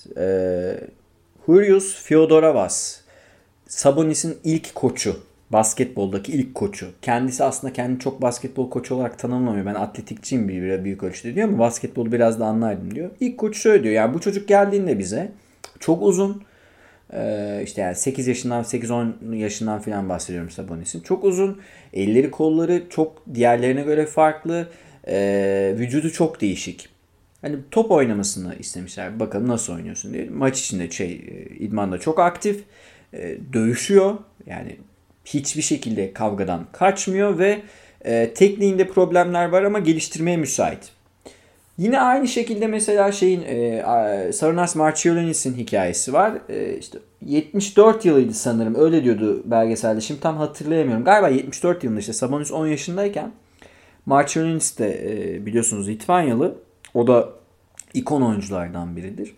Hurius Fyodorovas, Sabonis'in ilk koçu. Basketboldaki ilk koçu. Kendisi aslında kendini çok basketbol koçu olarak tanımlamıyor. Ben atletikçiyim büyük ölçüde diyor ama basketbolu biraz da anlardım diyor. İlk koç şöyle diyor. Yani bu çocuk geldiğinde bize çok uzun, işte yani 8 yaşından 8-10 yaşından falan bahsediyorum Sabonis'in. Çok uzun. Elleri kolları çok diğerlerine göre farklı. Vücudu çok değişik. Hani top oynamasını istemişler. Bakalım nasıl oynuyorsun diye. Maç içinde idmanda çok aktif. Dövüşüyor. Yani hiçbir şekilde kavgadan kaçmıyor ve tekniğinde problemler var ama geliştirmeye müsait. Yine aynı şekilde mesela Sarunas Marciulionis'in hikayesi var. İşte 74 yılıydı sanırım. Öyle diyordu belgeselde. Şimdi tam hatırlayamıyorum. Galiba 74 yılında işte Sabonis 10 yaşındayken Marciulionis de biliyorsunuz Litvanyalı. O da ikon oyunculardan biridir.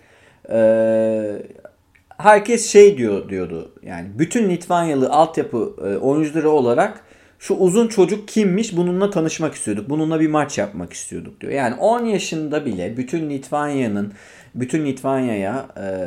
Herkes diyordu. Yani bütün Litvanyalı altyapı oyuncuları olarak şu uzun çocuk kimmiş, bununla tanışmak istiyorduk. Bununla bir maç yapmak istiyorduk diyor. Yani 10 yaşında bile bütün Litvanya'ya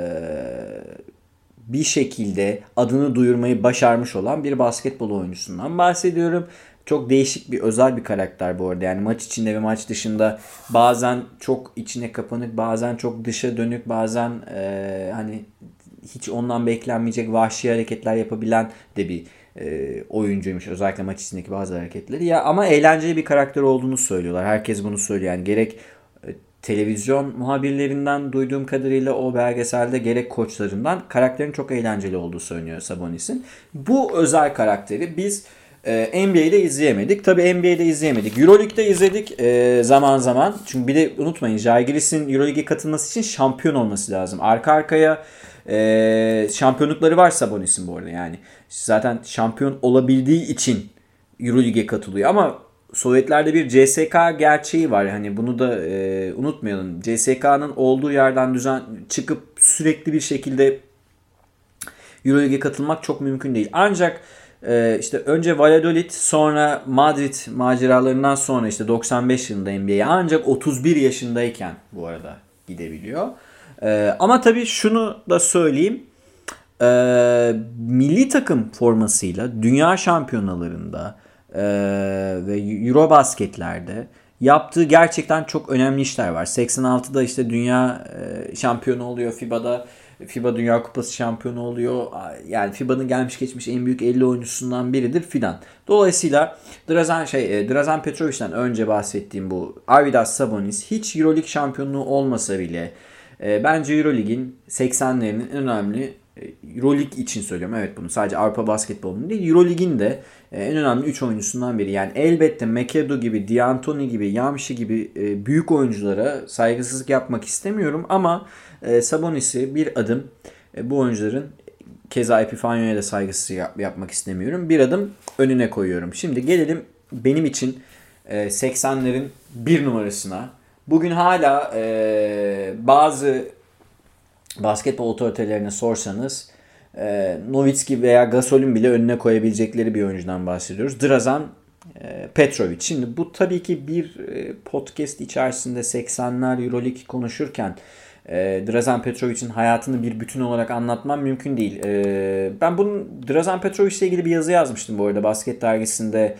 bir şekilde adını duyurmayı başarmış olan bir basketbol oyuncusundan bahsediyorum. Çok değişik özel bir karakter bu arada. Yani maç içinde ve maç dışında bazen çok içine kapanık, bazen çok dışa dönük, bazen hani hiç ondan beklenmeyecek vahşi hareketler yapabilen de bir oyuncuymuş. Özellikle maç içindeki bazı hareketleri. Ya ama eğlenceli bir karakter olduğunu söylüyorlar. Herkes bunu söylüyor. Yani gerek televizyon muhabirlerinden duyduğum kadarıyla o belgeselde gerek koçlarından karakterin çok eğlenceli olduğu söyleniyor Sabonis'in. Bu özel karakteri biz NBA'de izleyemedik. Tabii NBA'de izleyemedik. Euroleague'de izledik zaman zaman. Çünkü bir de unutmayın, Žalgiris'in Euroleague'e katılması için şampiyon olması lazım. Arka arkaya şampiyonlukları var Sabonis'in bu arada yani. Zaten şampiyon olabildiği için Euroleague'e katılıyor ama Sovyetlerde bir CSK gerçeği var. Hani bunu da unutmayalım. CSK'nın olduğu yerden çıkıp sürekli bir şekilde Euroleague'e katılmak çok mümkün değil. Ancak işte önce Valladolid, sonra Madrid maceralarından sonra işte 95 yılında NBA'ye ancak 31 yaşındayken bu arada gidebiliyor. Ama tabii şunu da söyleyeyim. Milli takım formasıyla dünya şampiyonalarında ve Eurobasketlerde yaptığı gerçekten çok önemli işler var. 86'da işte dünya şampiyonu oluyor FIBA'da. FIBA Dünya Kupası şampiyonu oluyor. Yani FIBA'nın gelmiş geçmiş en büyük 50 oyuncusundan biridir filan. Dolayısıyla Dražan Petrovic'den önce bahsettiğim bu Arvydas Sabonis hiç EuroLeague şampiyonluğu olmasa bile bence EuroLeague'in 80'lerinin en önemli, EuroLeague için söylüyorum, evet, bunu sadece Avrupa basketbolunun değil, EuroLeague'in de en önemli 3 oyuncusundan biri. Yani elbette McAdoo gibi, D'Antoni gibi, Yamshi gibi büyük oyunculara saygısızlık yapmak istemiyorum ama Sabonis'i bir adım bu oyuncuların, keza Epifanio'ya da saygısızlık yapmak istemiyorum, bir adım önüne koyuyorum. Şimdi gelelim benim için 80'lerin bir numarasına. Bugün hala bazı basketbol otoritelerine sorsanız Nowitzki veya Gasol'ün bile önüne koyabilecekleri bir oyuncudan bahsediyoruz. Dražan Petrovic. Şimdi bu tabii ki bir podcast içerisinde 80'ler Euroleague konuşurken Dražan Petrovic'in hayatını bir bütün olarak anlatmam mümkün değil. Ben Dražan Petrovic ile ilgili bir yazı yazmıştım bu arada Basket dergisinde.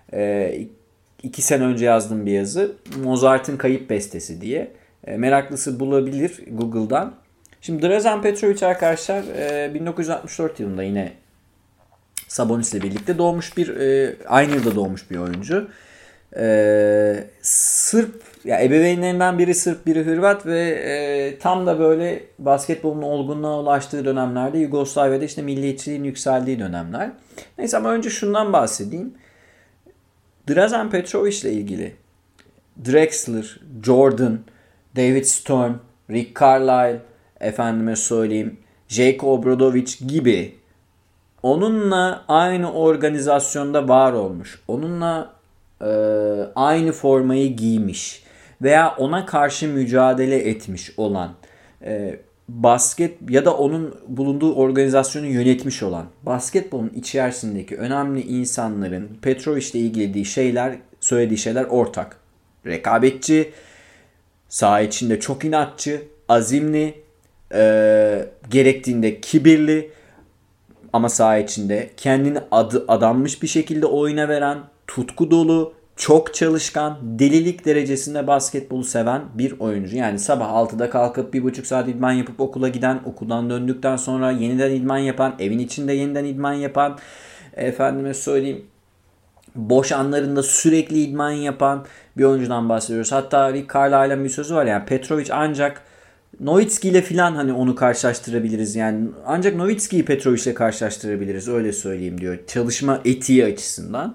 2 sene önce yazdım bir yazı. Mozart'ın Kayıp Bestesi diye. Meraklısı bulabilir Google'dan. Şimdi Dražan Petrovic arkadaşlar 1964 yılında yine Sabonis'le birlikte doğmuş aynı yılda doğmuş bir oyuncu. Sırp, ya ebeveynlerinden biri Sırp, biri Hırvat ve tam da böyle basketbolun olgunluğa ulaştığı dönemlerde Yugoslavya'da işte milliyetçiliğin yükseldiği dönemler. Neyse ama önce şundan bahsedeyim. Dražan Petrovic ile ilgili Drexler, Jordan, David Stern, Rick Carlisle, efendime söyleyeyim, Jeko Obradovic gibi onunla aynı organizasyonda var olmuş, onunla aynı formayı giymiş veya ona karşı mücadele etmiş olan basket ya da onun bulunduğu organizasyonu yönetmiş olan basketbolun içerisindeki önemli insanların Petrovic ile ilgili söylediği şeyler ortak. Rekabetçi, saha içinde çok inatçı, azimli, gerektiğinde kibirli ama saha içinde kendini adanmış bir şekilde oyuna veren, tutku dolu, çok çalışkan, delilik derecesinde basketbolu seven bir oyuncu. Yani sabah 6'da kalkıp 1,5 saat idman yapıp okula giden, okuldan döndükten sonra yeniden idman yapan, evin içinde yeniden idman yapan, efendime söyleyeyim, boş anlarında sürekli idman yapan bir oyuncudan bahsediyoruz. Hatta Rick Carlisle'ın bir sözü var, yani Petrovic ancak Nowitzki ile filan hani onu karşılaştırabiliriz. Yani ancak Nowitzki'yi Petrovic ile karşılaştırabiliriz, öyle söyleyeyim diyor. Çalışma etiği açısından.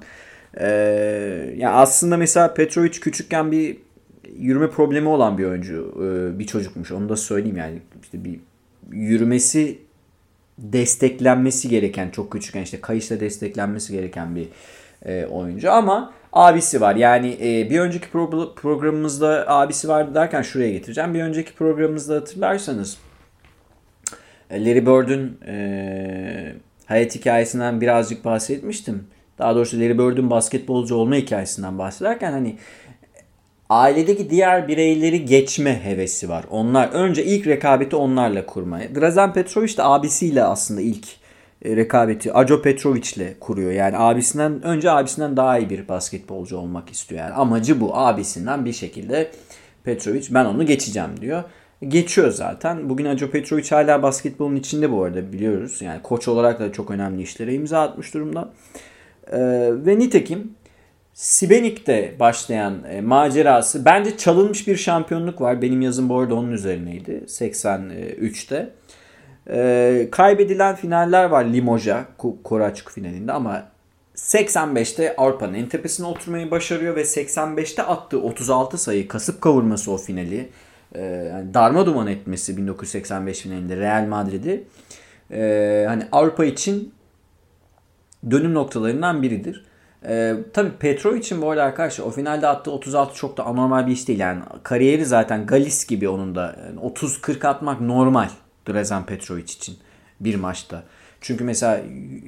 Yani aslında mesela Petrovic küçükken bir yürüme problemi olan bir oyuncu, bir çocukmuş. Onu da söyleyeyim, yani işte bir yürümesi desteklenmesi gereken, çok küçükken işte kayışla desteklenmesi gereken bir oyuncu ama abisi var. Yani bir önceki programımızda abisi vardı derken şuraya getireceğim. Bir önceki programımızda hatırlarsanız Larry Bird'ün hayat hikayesinden birazcık bahsetmiştim. Daha doğrusu Larry Bird'ün basketbolcu olma hikayesinden bahsederken hani ailedeki diğer bireyleri geçme hevesi var. Onlar önce ilk rekabeti onlarla kurmaya. Drazen Petrovic de abisiyle aslında ilk rekabeti Ajo Petrovic'le kuruyor. Yani abisinden daha iyi bir basketbolcu olmak istiyor. Yani amacı bu. Abisinden bir şekilde Petrovic ben onu geçeceğim diyor. Geçiyor zaten. Bugün Ajo Petrovic hala basketbolun içinde bu arada, biliyoruz. Yani koç olarak da çok önemli işlere imza atmış durumda. Ve nitekim Sibenik'te başlayan macerası, bence çalınmış bir şampiyonluk var. Benim yazım bu arada onun üzerineydi 83'te. Kaybedilen finaller var, Limoges'a, Koraçuk finalinde, ama 85'te Avrupa'nın en tepesine oturmayı başarıyor ve 85'te attığı 36 sayı, kasıp kavurması o finali, yani darmaduman etmesi 1985 finalinde Real Madrid'i, hani Avrupa için dönüm noktalarından biridir. Tabii Petrovic'in bu arada arkadaşlar o finalde attığı 36 çok da anormal bir iş değil. Yani kariyeri zaten Galis gibi onun da, yani 30-40 atmak normal Drazen Petrovic için bir maçta. Çünkü mesela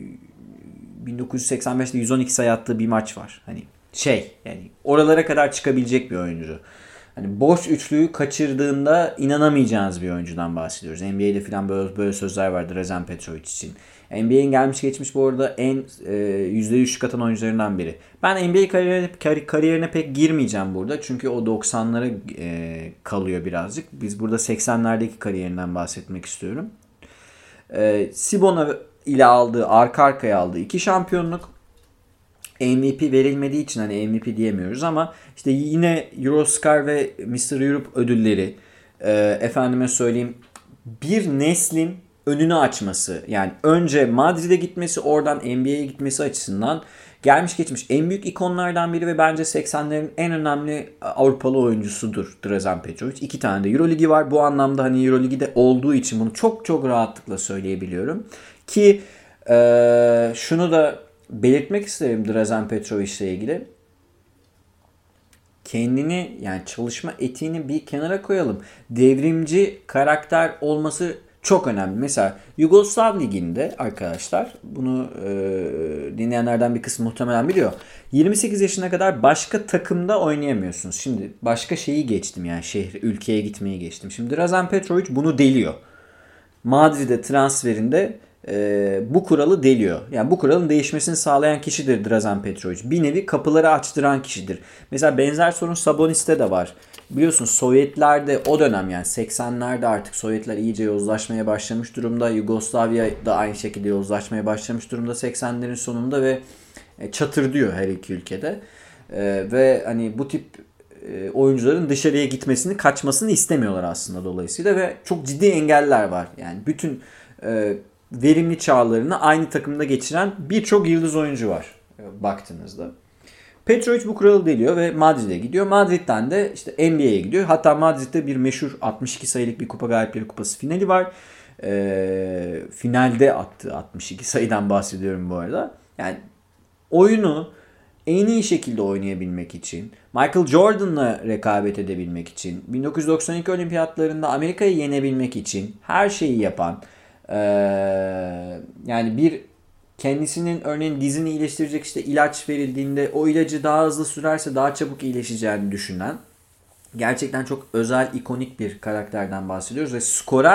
1985'te 112 sayı attığı bir maç var. Hani yani oralara kadar çıkabilecek bir oyuncu. Hani boş üçlüyü kaçırdığında inanamayacağınız bir oyuncudan bahsediyoruz. NBA'de falan böyle sözler var Drazen Petrovic için. NBA'in gelmiş geçmiş bu arada en %3 atan oyuncularından biri. Ben NBA kariyerine pek girmeyeceğim burada. Çünkü o 90'lara kalıyor birazcık. Biz burada 80'lerdeki kariyerinden bahsetmek istiyorum. Sibona ile arka arkaya aldığı 2 şampiyonluk. MVP verilmediği için hani MVP diyemiyoruz ama işte yine Euroscar ve Mr. Europe ödülleri, efendime söyleyeyim, bir neslin önünü açması, yani önce Madrid'e gitmesi, oradan NBA'ye gitmesi açısından gelmiş geçmiş en büyük ikonlardan biri ve bence 80'lerin en önemli Avrupalı oyuncusudur Drazen Petrovic. 2 tane de Euroligi var. Bu anlamda hani Euroligi'de olduğu için bunu çok çok rahatlıkla söyleyebiliyorum. Ki şunu da belirtmek isterim Drazen Petrovic ile ilgili. Kendini, yani çalışma etiğini bir kenara koyalım. Devrimci karakter olması çok önemli. Mesela Yugoslav Ligi'nde arkadaşlar, bunu dinleyenlerden bir kısmı muhtemelen biliyor. 28 yaşına kadar başka takımda oynayamıyorsunuz. Şimdi başka şeyi geçtim, yani ülkeye gitmeyi geçtim. Şimdi Drazen Petrovic bunu deliyor. Madrid'e transferinde bu kuralı deliyor. Yani bu kuralın değişmesini sağlayan kişidir Drazen Petrovic. Bir nevi kapıları açtıran kişidir. Mesela benzer sorun Sabonis'te de var. Biliyorsunuz Sovyetlerde o dönem, yani 80'lerde artık Sovyetler iyice yozlaşmaya başlamış durumda. Yugoslavya da aynı şekilde yozlaşmaya başlamış durumda 80'lerin sonunda ve çatırdıyor her iki ülkede. Ve hani bu tip oyuncuların dışarıya gitmesini, kaçmasını istemiyorlar aslında dolayısıyla ve çok ciddi engeller var. Yani bütün verimli çağlarını aynı takımda geçiren birçok yıldız oyuncu var baktığınızda. Petrovic bu kuralı deliyor ve Madrid'e gidiyor. Madrid'den de işte NBA'ye gidiyor. Hatta Madrid'de bir meşhur 62 sayılık bir kupa galipleri kupası finali var. finalde attığı 62 sayıdan bahsediyorum bu arada. Yani oyunu en iyi şekilde oynayabilmek için, Michael Jordan'la rekabet edebilmek için, 1992 olimpiyatlarında Amerika'yı yenebilmek için her şeyi yapan, yani bir kendisinin örneğin dizini iyileştirecek işte ilaç verildiğinde o ilacı daha hızlı sürerse daha çabuk iyileşeceğini düşünen gerçekten çok özel, ikonik bir karakterden bahsediyoruz ve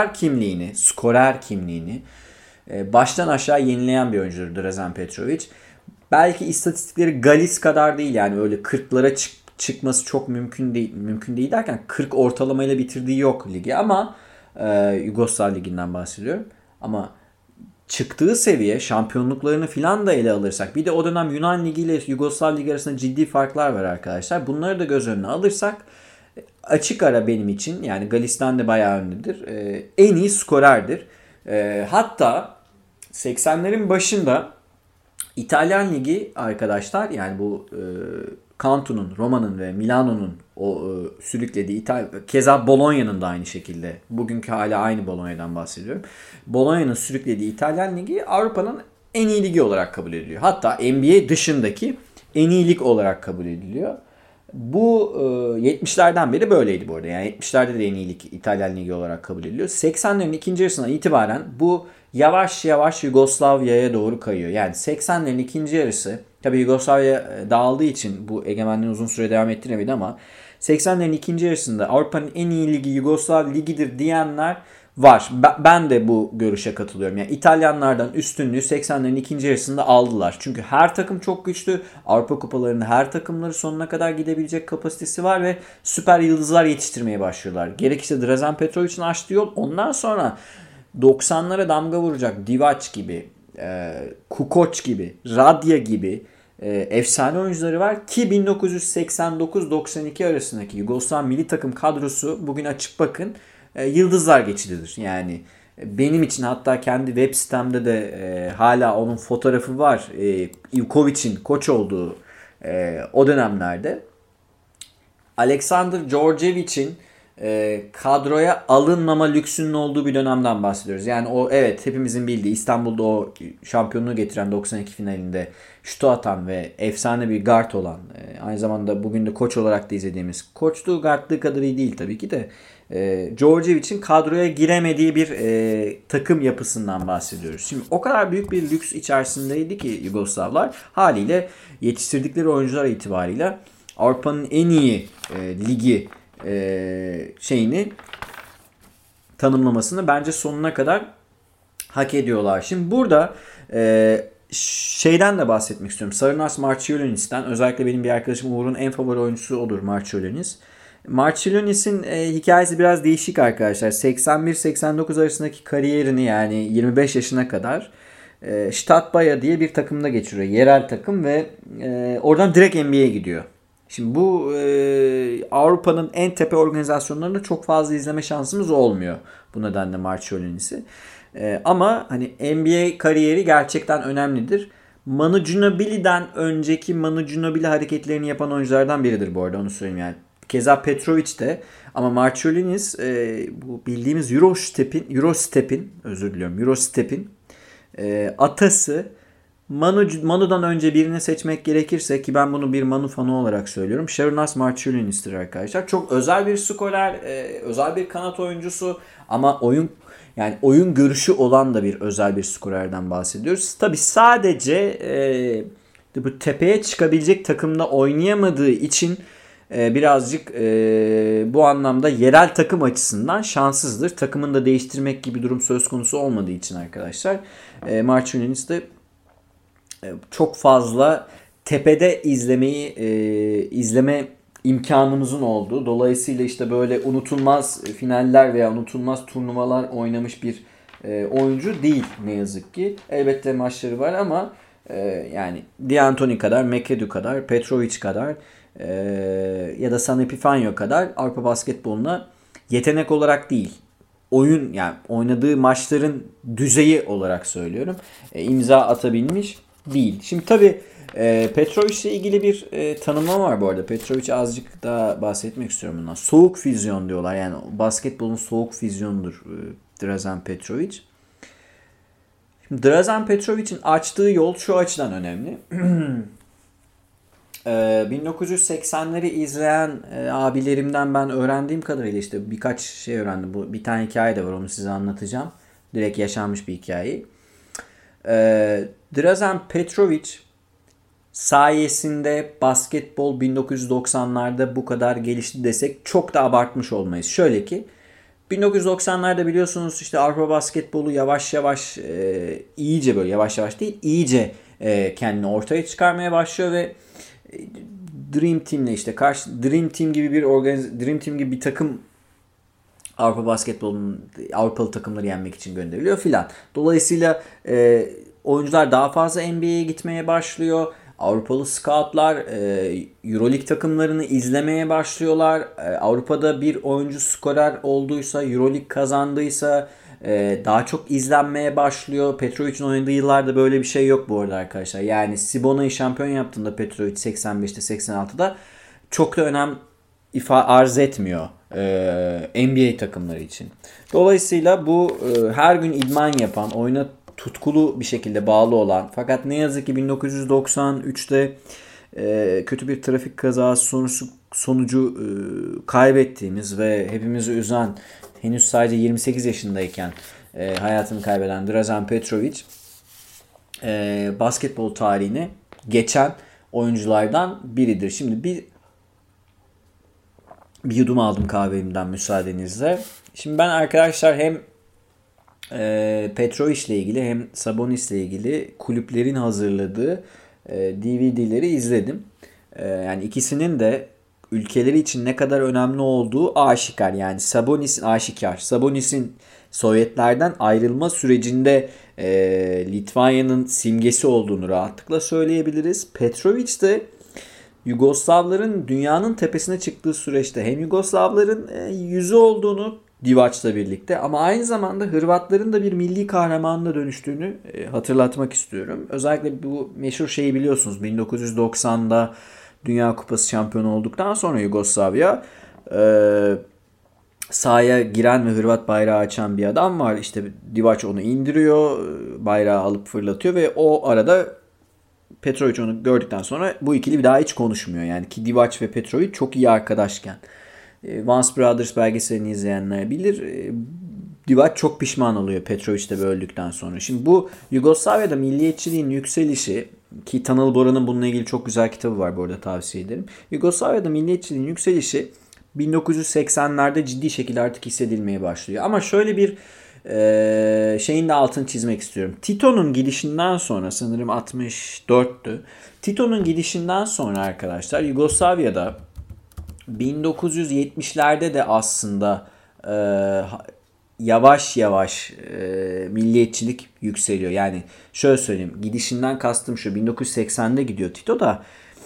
skorer kimliğini baştan aşağı yenileyen bir oyuncudur Drazen Petrovic. Belki istatistikleri Galis kadar değil, yani öyle 40'lara çıkması çok mümkün değil. Mümkün değil derken 40 ortalamayla bitirdiği yok ligi ama Yugoslav Ligi'nden bahsediyorum. Ama çıktığı seviye, şampiyonluklarını filan da ele alırsak, bir de o dönem Yunan Ligi ile Yugoslav Ligi arasında ciddi farklar var arkadaşlar. Bunları da göz önüne alırsak açık ara benim için, yani Galis'ten de bayağı öndedir. En iyi skorerdir. Hatta 80'lerin başında İtalyan Ligi arkadaşlar, yani bu Cantu'nun, Roma'nın ve Milano'nun o sürüklediği keza Bologna'nın da aynı şekilde, bugünkü hala aynı Bologna'dan bahsediyorum. Bologna'nın sürüklediği İtalyan Ligi Avrupa'nın en iyi ligi olarak kabul ediliyor. Hatta NBA dışındaki en iyi lig olarak kabul ediliyor. Bu 70'lerden beri böyleydi bu arada. Yani 70'lerde de en iyi lig İtalyan Ligi olarak kabul ediliyor. 80'lerin ikinci yarısından itibaren bu yavaş yavaş Yugoslavya'ya doğru kayıyor. Yani 80'lerin ikinci yarısı, tabii Yugoslavya dağıldığı için bu egemenliğini uzun süre devam ettiremedi ama 80'lerin ikinci yarısında Avrupa'nın en iyi ligi Yugoslav Ligi'dir diyenler var. Ben de bu görüşe katılıyorum. Yani İtalyanlardan üstünlüğü 80'lerin ikinci yarısında aldılar. Çünkü her takım çok güçlü. Avrupa kupalarında her takımları sonuna kadar gidebilecek kapasitesi var ve süper yıldızlar yetiştirmeye başlıyorlar. Gerek işte Drazen Petrovic'in açtığı yol, ondan sonra 90'lara damga vuracak Divac gibi, Kukoc gibi, Radya gibi efsane oyuncuları var ki 1989-92 arasındaki Yugoslav milli takım kadrosu, bugün açıp bakın, yıldızlar geçididir. Yani benim için hatta kendi web sitemde de hala onun fotoğrafı var. Ivkovic'in koç olduğu o dönemlerde. Alexander Djordjevic'in kadroya alınmama lüksünün olduğu bir dönemden bahsediyoruz. Yani o, evet, hepimizin bildiği İstanbul'da o şampiyonluğu getiren 92 finalinde şutu atan ve efsane bir guard olan, aynı zamanda bugün de koç olarak da izlediğimiz, koçluğu guardlığı kadar iyi değil tabii ki de, Djordjevic'in kadroya giremediği bir takım yapısından bahsediyoruz. Şimdi o kadar büyük bir lüks içerisindeydi ki Yugoslavlar, haliyle yetiştirdikleri oyuncular itibariyle Avrupa'nın en iyi ligi şeyini, tanımlamasını bence sonuna kadar hak ediyorlar. Şimdi burada şeyden de bahsetmek istiyorum. Sarunas Marčiulionis'ten. Özellikle benim bir arkadaşım Uğur'un en favori oyuncusu odur Marčiulionis. Marčiulionis'in hikayesi biraz değişik arkadaşlar. 81-89 arasındaki kariyerini, yani 25 yaşına kadar Stadbayer diye bir takımda geçiriyor. Yerel takım ve oradan direkt NBA'ye gidiyor. Şimdi bu Avrupa'nın en tepe organizasyonlarında çok fazla izleme şansımız olmuyor. Bu nedenle Marčiulionis'i. Ama hani NBA kariyeri gerçekten önemlidir. Manu Ginobili'den önceki Manu Ginobili hareketlerini yapan oyunculardan biridir bu arada, onu söyleyeyim yani. Keza Petrovic de, ama Marčiulionis bu bildiğimiz Eurostep'in atası. Manu'dan önce birini seçmek gerekirse, ki ben bunu bir Manu fanı olarak söylüyorum, Sarunas Marčiulionis'tir arkadaşlar. Çok özel bir skorer, özel bir kanat oyuncusu ama oyun görüşü olan da bir özel bir skorerden bahsediyoruz. Tabii sadece bu tepeye çıkabilecek takımda oynayamadığı için birazcık bu anlamda yerel takım açısından şanssızdır. Takımını da değiştirmek gibi durum söz konusu olmadığı için arkadaşlar, Marčiulionis de çok fazla tepede izleme imkanımızın olduğu, dolayısıyla işte böyle unutulmaz finaller veya unutulmaz turnuvalar oynamış bir oyuncu değil ne yazık ki. Elbette maçları var ama yani D'Antoni kadar, McAdoo kadar, Petrovic kadar ya da San Epifanio kadar Avrupa basketboluna yetenek olarak değil, oyun, yani oynadığı maçların düzeyi olarak söylüyorum, imza atabilmiş değil. Şimdi tabii Petrovic ile ilgili bir tanımlama var bu arada. Petrovic'e azıcık daha bahsetmek istiyorum bundan. Soğuk füzyon diyorlar. Yani basketbolun soğuk füzyonudur Dražen Petrović. Şimdi Dražen Petrovic'in açtığı yol şu açıdan önemli. 1980'leri izleyen abilerimden ben öğrendiğim kadarıyla işte birkaç şey öğrendim. Bu bir tane hikaye de var, onu size anlatacağım. Direkt yaşanmış bir hikaye. Dražen Petrović sayesinde basketbol 1990'larda bu kadar gelişti desek çok da abartmış olmayız. Şöyle ki 1990'larda biliyorsunuz işte Avrupa basketbolu yavaş yavaş iyice, böyle yavaş yavaş değil iyice kendini ortaya çıkarmaya başlıyor ve Dream Team'le işte Dream Team gibi Dream Team gibi bir takım Avrupa basketbolunun Avrupalı takımları yenmek için gönderiliyor filan. Dolayısıyla oyuncular daha fazla NBA'ye gitmeye başlıyor. Avrupalı scoutlar Euroleague takımlarını izlemeye başlıyorlar. Avrupa'da bir oyuncu skorer olduysa, Euroleague kazandıysa daha çok izlenmeye başlıyor. Petrovic'in oynadığı yıllarda böyle bir şey yok bu arada arkadaşlar. Yani Sibona'yı şampiyon yaptığında Petrovic 85'te 86'da çok da önem arz etmiyor NBA takımları için. Dolayısıyla bu her gün idman yapan, oyuna tutkulu bir şekilde bağlı olan fakat ne yazık ki 1993'te kötü bir trafik kazası sonucu kaybettiğimiz ve hepimizi üzen, henüz sadece 28 yaşındayken hayatını kaybeden Dražen Petrović basketbol tarihine geçen oyunculardan biridir. Şimdi bir yudum aldım kahvemden müsaadenizle. Şimdi ben arkadaşlar hem Petrović ile ilgili hem Sabonis ile ilgili kulüplerin hazırladığı DVD'leri izledim. Yani ikisinin de ülkeleri için ne kadar önemli olduğu aşikar. Yani Sabonis'in Sovyetlerden ayrılma sürecinde Litvanya'nın simgesi olduğunu rahatlıkla söyleyebiliriz. Petrović de Yugoslavların dünyanın tepesine çıktığı süreçte hem Yugoslavların yüzü olduğunu Divac'la birlikte ama aynı zamanda Hırvatların da bir milli kahramanına dönüştüğünü hatırlatmak istiyorum. Özellikle bu meşhur şeyi biliyorsunuz, 1990'da Dünya Kupası şampiyonu olduktan sonra Yugoslavya sahaya giren ve Hırvat bayrağı açan bir adam var. İşte Divac onu indiriyor, bayrağı alıp fırlatıyor ve o arada Petrović onu gördükten sonra bu ikili bir daha hiç konuşmuyor. Yani ki Divac ve Petrović çok iyi arkadaşken. Once Brothers belgeselini izleyenler bilir. Divac çok pişman oluyor Petrović de öldükten sonra. Şimdi bu Yugoslavya'da milliyetçiliğin yükselişi, ki Tanıl Bora'nın bununla ilgili çok güzel kitabı var, bu arada tavsiye ederim. Yugoslavya'da milliyetçiliğin yükselişi 1980'lerde ciddi şekilde artık hissedilmeye başlıyor. Ama şöyle bir şeyin de altını çizmek istiyorum. Tito'nun gidişinden sonra, sanırım 64'tü. Tito'nun gidişinden sonra arkadaşlar Yugoslavya'da 1970'lerde de aslında yavaş yavaş milliyetçilik yükseliyor. Yani şöyle söyleyeyim, gidişinden kastım şu: 1980'de gidiyor Tito da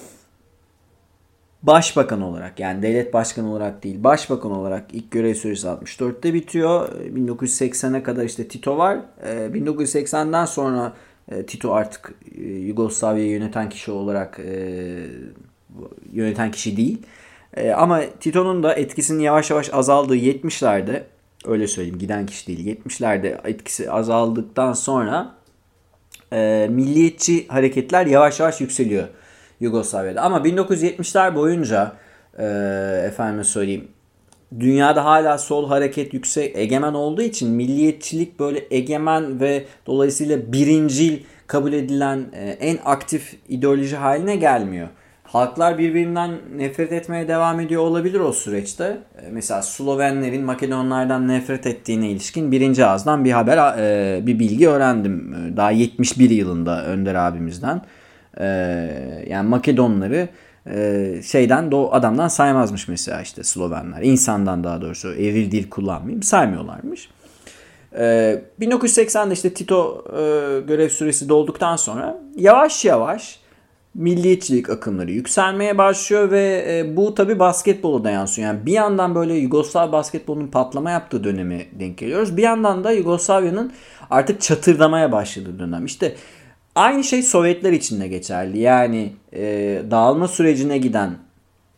başbakan olarak, yani devlet başkanı olarak değil, başbakan olarak ilk görev süresi 64'te bitiyor. 1980'e kadar işte Tito var. 1980'den sonra Tito artık Yugoslavya'yı yöneten kişi olarak yöneten kişi değil. Ama Tito'nun da etkisinin yavaş yavaş azaldığı 70'lerde, öyle söyleyeyim, giden kişi değil, 70'lerde etkisi azaldıktan sonra milliyetçi hareketler yavaş yavaş yükseliyor Yugoslavya'da. Ama 1970'ler boyunca efendime söyleyeyim, dünyada hala sol hareket egemen olduğu için milliyetçilik böyle egemen ve dolayısıyla birincil kabul edilen en aktif ideoloji haline gelmiyor. Halklar birbirinden nefret etmeye devam ediyor olabilir o süreçte. Mesela Slovenlerin Makedonlardan nefret ettiğine ilişkin birinci ağızdan bir haber, bir bilgi öğrendim. Daha 71 yılında Önder abimizden. Yani Makedonları adamdan saymazmış mesela işte Slovenler. İnsandan, daha doğrusu eril dil kullanmayayım, saymıyorlarmış. 1980'de işte Tito görev süresi dolduktan sonra yavaş yavaş milliyetçilik akımları yükselmeye başlıyor ve bu tabi basketbola da yansıyor. Yani bir yandan böyle Yugoslav basketbolunun patlama yaptığı döneme denk geliyoruz. Bir yandan da Yugoslavya'nın artık çatırdamaya başladığı dönem. İşte aynı şey Sovyetler için de geçerli. Yani dağılma sürecine giden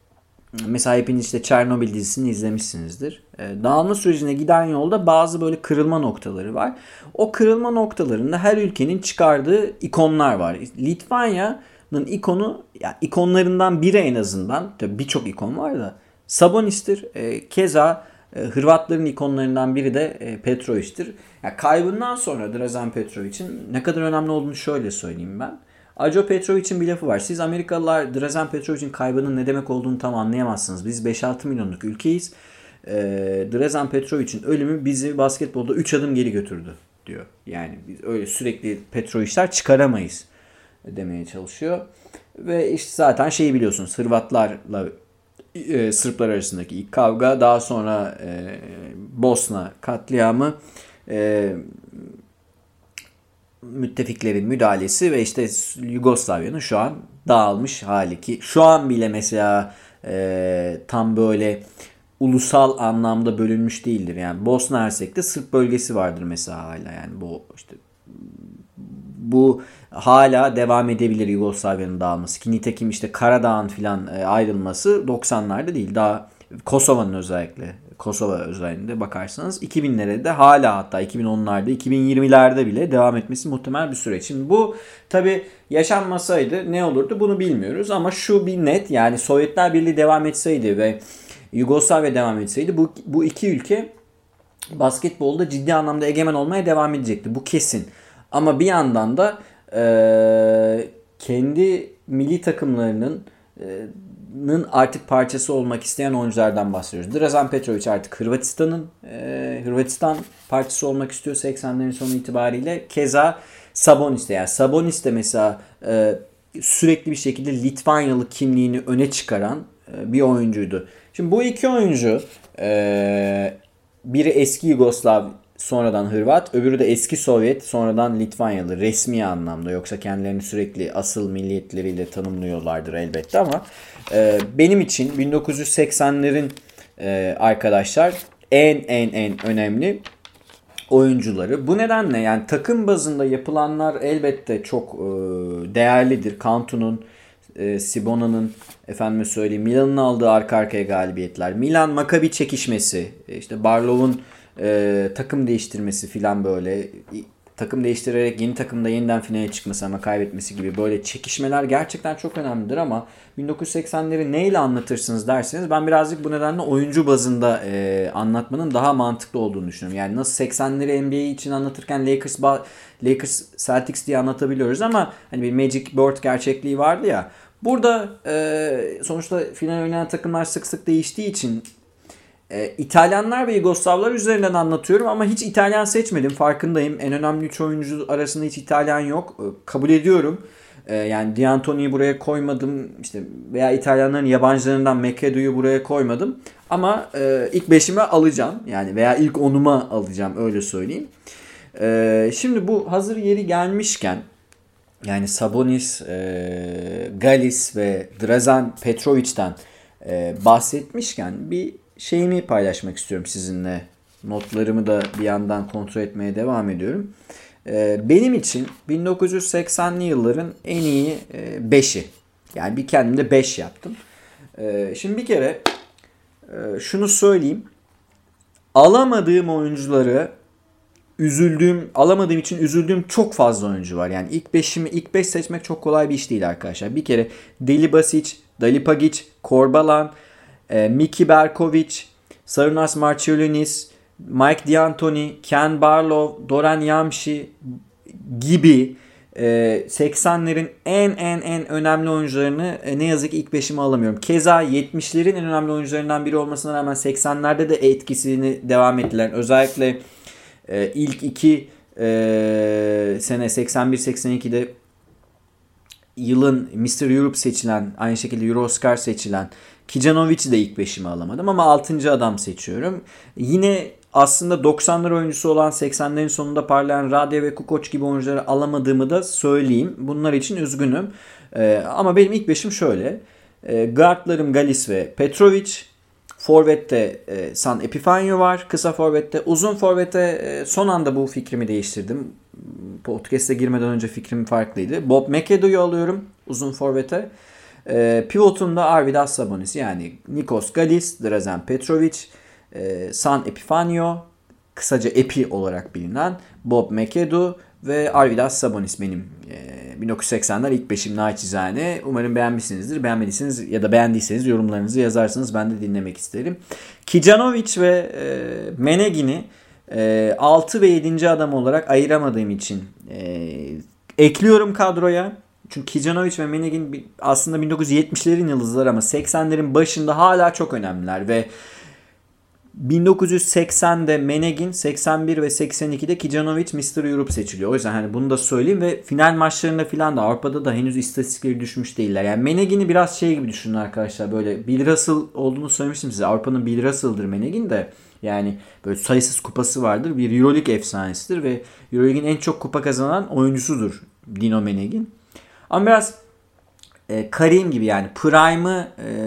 mesela hepiniz işte Çernobil dizisini izlemişsinizdir. Dağılma sürecine giden yolda bazı böyle kırılma noktaları var. O kırılma noktalarında her ülkenin çıkardığı ikonlar var. Litvanya'nın ikonu, ya ikonlarından biri en azından, tabii birçok ikon var da, Sabonis'tir. Keza Hırvatların ikonlarından biri de Petrovic'tir. Ya kaybından sonra Drazen Petrovic'in ne kadar önemli olduğunu şöyle söyleyeyim ben. Ajo Petrovic'in bir lafı var. Siz Amerikalılar Drazen Petrovic'in kaybının ne demek olduğunu tam anlayamazsınız. Biz 5-6 milyonluk ülkeyiz. Drazen Petrovic'in ölümü bizi basketbolda 3 adım geri götürdü diyor. Yani biz öyle sürekli Petrovic'ler çıkaramayız demeye çalışıyor. Ve işte zaten şeyi biliyorsunuz, Hırvatlarla Sırplar arasındaki ilk kavga, daha sonra Bosna katliamı, müttefiklerin müdahalesi ve işte Yugoslavya'nın şu an dağılmış hali, ki şu an bile mesela tam böyle ulusal anlamda bölünmüş değildir. Yani Bosna Hersek'te Sırp bölgesi vardır mesela hala, yani bu işte bu hala devam edebilir Yugoslavya'nın dağılması. Ki nitekim işte Karadağ'ın filan ayrılması 90'larda değil, daha Kosova'nın, özellikle Kosova özelinde bakarsanız 2000'lerde de hala, hatta 2010'larda 2020'lerde bile devam etmesi muhtemel bir süreç. Şimdi bu tabi yaşanmasaydı ne olurdu bunu bilmiyoruz, ama şu bir net, yani Sovyetler Birliği devam etseydi ve Yugoslavya devam etseydi bu iki ülke basketbolda ciddi anlamda egemen olmaya devam edecekti. Bu kesin. Ama bir yandan da kendi milli takımlarının artık parçası olmak isteyen oyunculardan bahsediyoruz. Drazen Petrovic artık Hırvatistan parçası olmak istiyor 80'lerin sonu itibariyle. Keza Sabonis de, yani Sabonis de mesela sürekli bir şekilde Litvanyalı kimliğini öne çıkaran bir oyuncuydu. Şimdi bu iki oyuncu, biri eski Yugoslav, sonradan Hırvat, öbürü de eski Sovyet, sonradan Litvanyalı resmi anlamda. Yoksa kendilerini sürekli asıl milliyetleriyle tanımlıyorlardır elbette, ama benim için 1980'lerin arkadaşlar en önemli oyuncuları. Bu nedenle yani takım bazında yapılanlar elbette çok değerlidir. Cantu'nun, Sibona'nın, efendime söyleyeyim Milan'ın aldığı arka arkaya galibiyetler, Milan Maccabi çekişmesi, işte Barlov'un takım değiştirmesi filan, böyle takım değiştirerek yeni takımda yeniden finale çıkması ama kaybetmesi gibi böyle çekişmeler gerçekten çok önemlidir. Ama 1980'leri neyle anlatırsınız derseniz, ben birazcık bu nedenle oyuncu bazında anlatmanın daha mantıklı olduğunu düşünüyorum. Yani nasıl 80'leri NBA için anlatırken Lakers Celtics diye anlatabiliyoruz, ama hani bir Magic Bird gerçekliği vardı ya. Burada sonuçta final oynayan takımlar sık sık değiştiği için İtalyanlar ve Yugoslavlar üzerinden anlatıyorum, ama hiç İtalyan seçmedim, farkındayım. En önemli 3 oyuncu arasında hiç İtalyan yok. Kabul ediyorum. Yani D'Antoni'yi buraya koymadım, işte veya İtalyanların yabancılarından McAdoo'yu buraya koymadım. Ama ilk 5'ime alacağım. Yani veya ilk 10'uma alacağım, öyle söyleyeyim. Şimdi bu hazır yeri gelmişken, yani Sabonis, Galis ve Drazen Petrovic'ten bahsetmişken bir şeyimi paylaşmak istiyorum sizinle. Notlarımı da bir yandan kontrol etmeye devam ediyorum. Benim için 1980'li yılların en iyi 5'i. Yani bir kendimde 5 yaptım. Şimdi bir kere şunu söyleyeyim. Alamadığım için üzüldüğüm çok fazla oyuncu var. Yani ilk 5 seçmek çok kolay bir iş değil arkadaşlar. Bir kere Deli Basic, Dali Pagic, Korbalan, Miki Berkovic, Sarunas Marciulionis, Mike D'Antoni, Ken Barlow, Doran Yamshi gibi 80'lerin en önemli oyuncularını ne yazık ki ilk 5'ime alamıyorum. Keza 70'lerin en önemli oyuncularından biri olmasına rağmen 80'lerde de etkisini devam ettiler. Özellikle ilk 2 sene 81-82'de yılın Mr. Europe seçilen, aynı şekilde Euro Oscar seçilen Kijanovic'i de ilk 5'ime alamadım, ama 6. adam seçiyorum. Yine aslında 90'lar oyuncusu olan, 80'lerin sonunda parlayan Rade ve Kukoc gibi oyuncuları alamadığımı da söyleyeyim. Bunlar için üzgünüm. Ama benim ilk 5'im şöyle. Guardlarım Galis ve Petrovic. Forvet'te San Epifanio var. Kısa forvette. Uzun forvette son anda bu fikrimi değiştirdim. Podcast'e girmeden önce fikrim farklıydı. Bob McAdoo'yu alıyorum uzun forvete. Pivotunda Arvidas Sabonis, yani Nikos Galis, Drazen Petrovic, San Epifanio, kısaca Epi olarak bilinen Bob McAdoo ve Arvidas Sabonis benim 1980'ler ilk beşim naçizane. Umarım beğenmişsinizdir. Beğenmediyseniz ya da beğendiyseniz yorumlarınızı yazarsınız. Ben de dinlemek isterim. Kijanovic ve Menegin'i 6 ve 7. adam olarak ayıramadığım için ekliyorum kadroya. Çünkü Kijanovic ve Menegin aslında 1970'lerin yıldızları ama 80'lerin başında hala çok önemliler ve 1980'de Menegin, 81 ve 82'de Kijanovic Mr. Europe seçiliyor. O yüzden hani bunu da söyleyeyim ve final maçlarında filan da Avrupa'da da henüz istatistikleri düşmüş değiller. Yani Menegin'i biraz şey gibi düşünün arkadaşlar, böyle Bill Russell olduğunu söylemiştim size. Avrupa'nın Bill Russell'dır Menegin de. Yani böyle sayısız kupası vardır. Bir Euroleague efsanesidir ve Euroleague'in en çok kupa kazanan oyuncusudur Dino Menegin. Ama biraz Karim gibi, yani prime'ı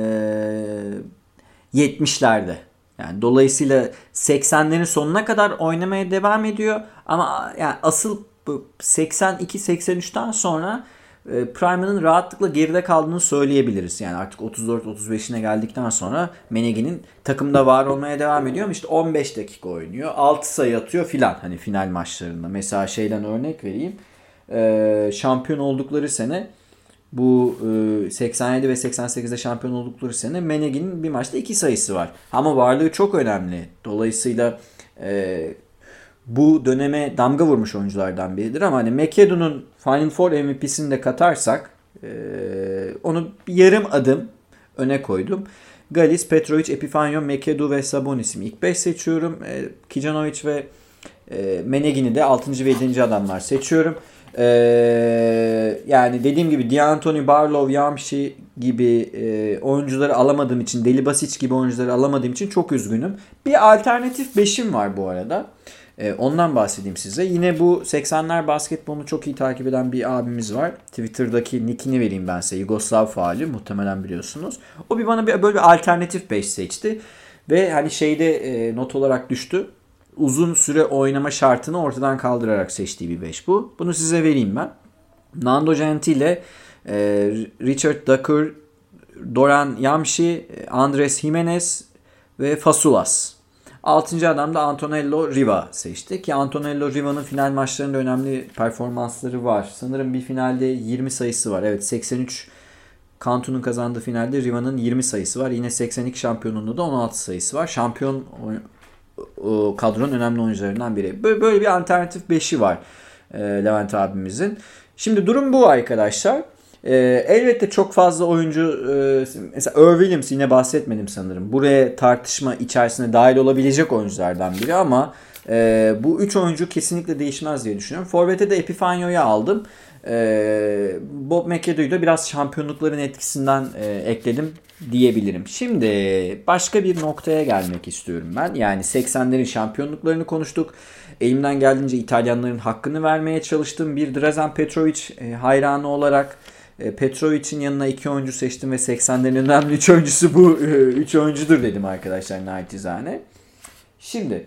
70'lerde. Yani dolayısıyla 80'lerin sonuna kadar oynamaya devam ediyor. Ama yani asıl 82-83'ten sonra prime'ının rahatlıkla geride kaldığını söyleyebiliriz. Yani artık 34-35'ine geldikten sonra Menegin'in takımda var olmaya devam ediyor. İşte 15 dakika oynuyor. 6 sayı atıyor filan, hani final maçlarında. Mesela şeyden örnek vereyim. Şampiyon oldukları sene, bu 87 ve 88'de şampiyon oldukları sene Menegin'in bir maçta 2 sayısı var. Ama varlığı çok önemli. Dolayısıyla bu döneme damga vurmuş oyunculardan biridir. Ama hani McAdoo'nun Final Four MVP'sini de katarsak onu bir yarım adım öne koydum. Galis, Petrovic, Epifanio, McAdoo ve Sabonis'imi ilk 5 seçiyorum. Kijanovic ve Menegin'i de 6. ve 7. adamlar seçiyorum. Yani dediğim gibi D'Antoni, Barlow, Yamşi gibi oyuncuları alamadığım için, Deli Basic gibi oyuncuları alamadığım için çok üzgünüm. Bir alternatif 5'im var bu arada. Ondan bahsedeyim size. Yine bu 80'ler basketbolunu çok iyi takip eden bir abimiz var. Twitter'daki nickini vereyim ben size. Yugoslav faali, muhtemelen biliyorsunuz. O bana böyle bir alternatif 5 seçti. Ve hani şeyde not olarak düştü. Uzun süre oynama şartını ortadan kaldırarak seçtiği bir 5 bu. Bunu size vereyim ben. Nando Gentile, Richard Ducker, Doran Yamşi, Andres Jimenez ve Fasulas. 6. adam da Antonello Riva seçti. Ki Antonello Riva'nın final maçlarında önemli performansları var. Sanırım bir finalde 20 sayısı var. Evet, 83 Cantu'nun kazandığı finalde Riva'nın 20 sayısı var. Yine 82 şampiyonluğunda da 16 sayısı var. Şampiyon kadronun önemli oyuncularından biri. Böyle bir alternatif 5'i var Levent abimizin. Şimdi durum bu arkadaşlar. Elbette çok fazla oyuncu, mesela Irv Williams, yine bahsetmedim sanırım. Buraya tartışma içerisine dahil olabilecek oyunculardan biri ama bu 3 oyuncu kesinlikle değişmez diye düşünüyorum. Forvet'e de Epifanio'yu aldım. Bob McAdoo'yu da biraz şampiyonlukların etkisinden ekledim diyebilirim. Şimdi başka bir noktaya gelmek istiyorum ben. Yani 80'lerin şampiyonluklarını konuştuk. Elimden geldiğince İtalyanların hakkını vermeye çalıştım. Bir Drazen Petrovic hayranı olarak Petrovic'in yanına 2 oyuncu seçtim ve 80'lerin önemli 3 oyuncusu bu 3 oyuncudur dedim arkadaşlar naçizane. Şimdi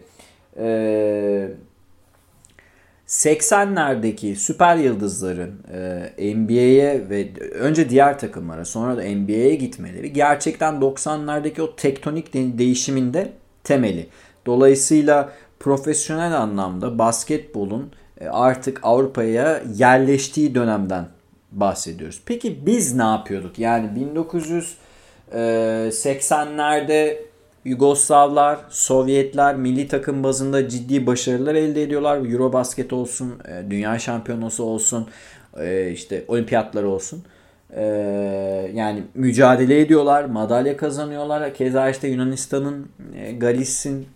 80'lerdeki süper yıldızların NBA'ye ve önce diğer takımlara sonra da NBA'ye gitmeleri gerçekten 90'lardaki o tektonik değişiminde temeli. Dolayısıyla profesyonel anlamda basketbolun artık Avrupa'ya yerleştiği dönemden bahsediyoruz. Peki biz ne yapıyorduk? Yani 1980'lerde Yugoslavlar, Sovyetler milli takım bazında ciddi başarılar elde ediyorlar. Eurobasket olsun, dünya şampiyonası olsun, işte olimpiyatlar olsun. Yani mücadele ediyorlar, madalya kazanıyorlar. Keza işte Yunanistan'ın, Galis'in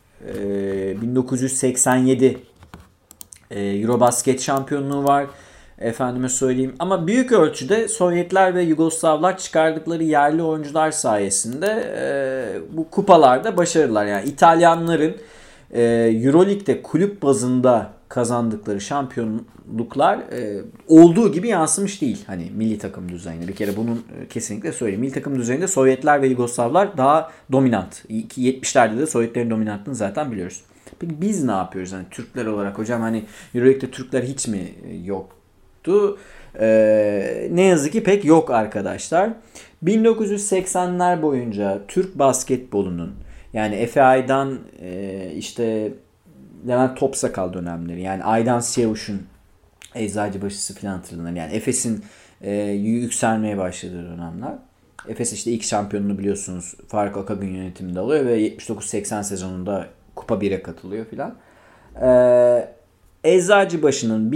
1987 Eurobasket şampiyonluğu var. Efendime söyleyeyim. Ama büyük ölçüde Sovyetler ve Yugoslavlar çıkardıkları yerli oyuncular sayesinde bu kupalarda başarılar. Yani İtalyanların Euroleague'de kulüp bazında kazandıkları şampiyonluklar olduğu gibi yansımış değil. Hani milli takım düzeyinde. Bir kere bunun kesinlikle söyleyeyim. Milli takım düzeyinde Sovyetler ve Yugoslavlar daha dominant. 70'lerde de Sovyetlerin dominantlığını zaten biliyoruz. Peki biz ne yapıyoruz? Hani Türkler olarak hocam, hani Euroleague'de Türkler hiç mi yok? Ne yazık ki pek yok arkadaşlar. 1980'ler boyunca Türk basketbolunun, yani Efe Aydan, işte Levent Topsakal dönemleri, yani Aydan Siyavuş'un Eczacıbaşısı falan hatırlanır. Yani Efes'in yükselmeye başladığı dönemler. Efes işte ilk şampiyonluğu biliyorsunuz Faruk Akagün yönetiminde alıyor ve 79-80 sezonunda Kupa 1'e katılıyor filan. Eczacıbaşı'nın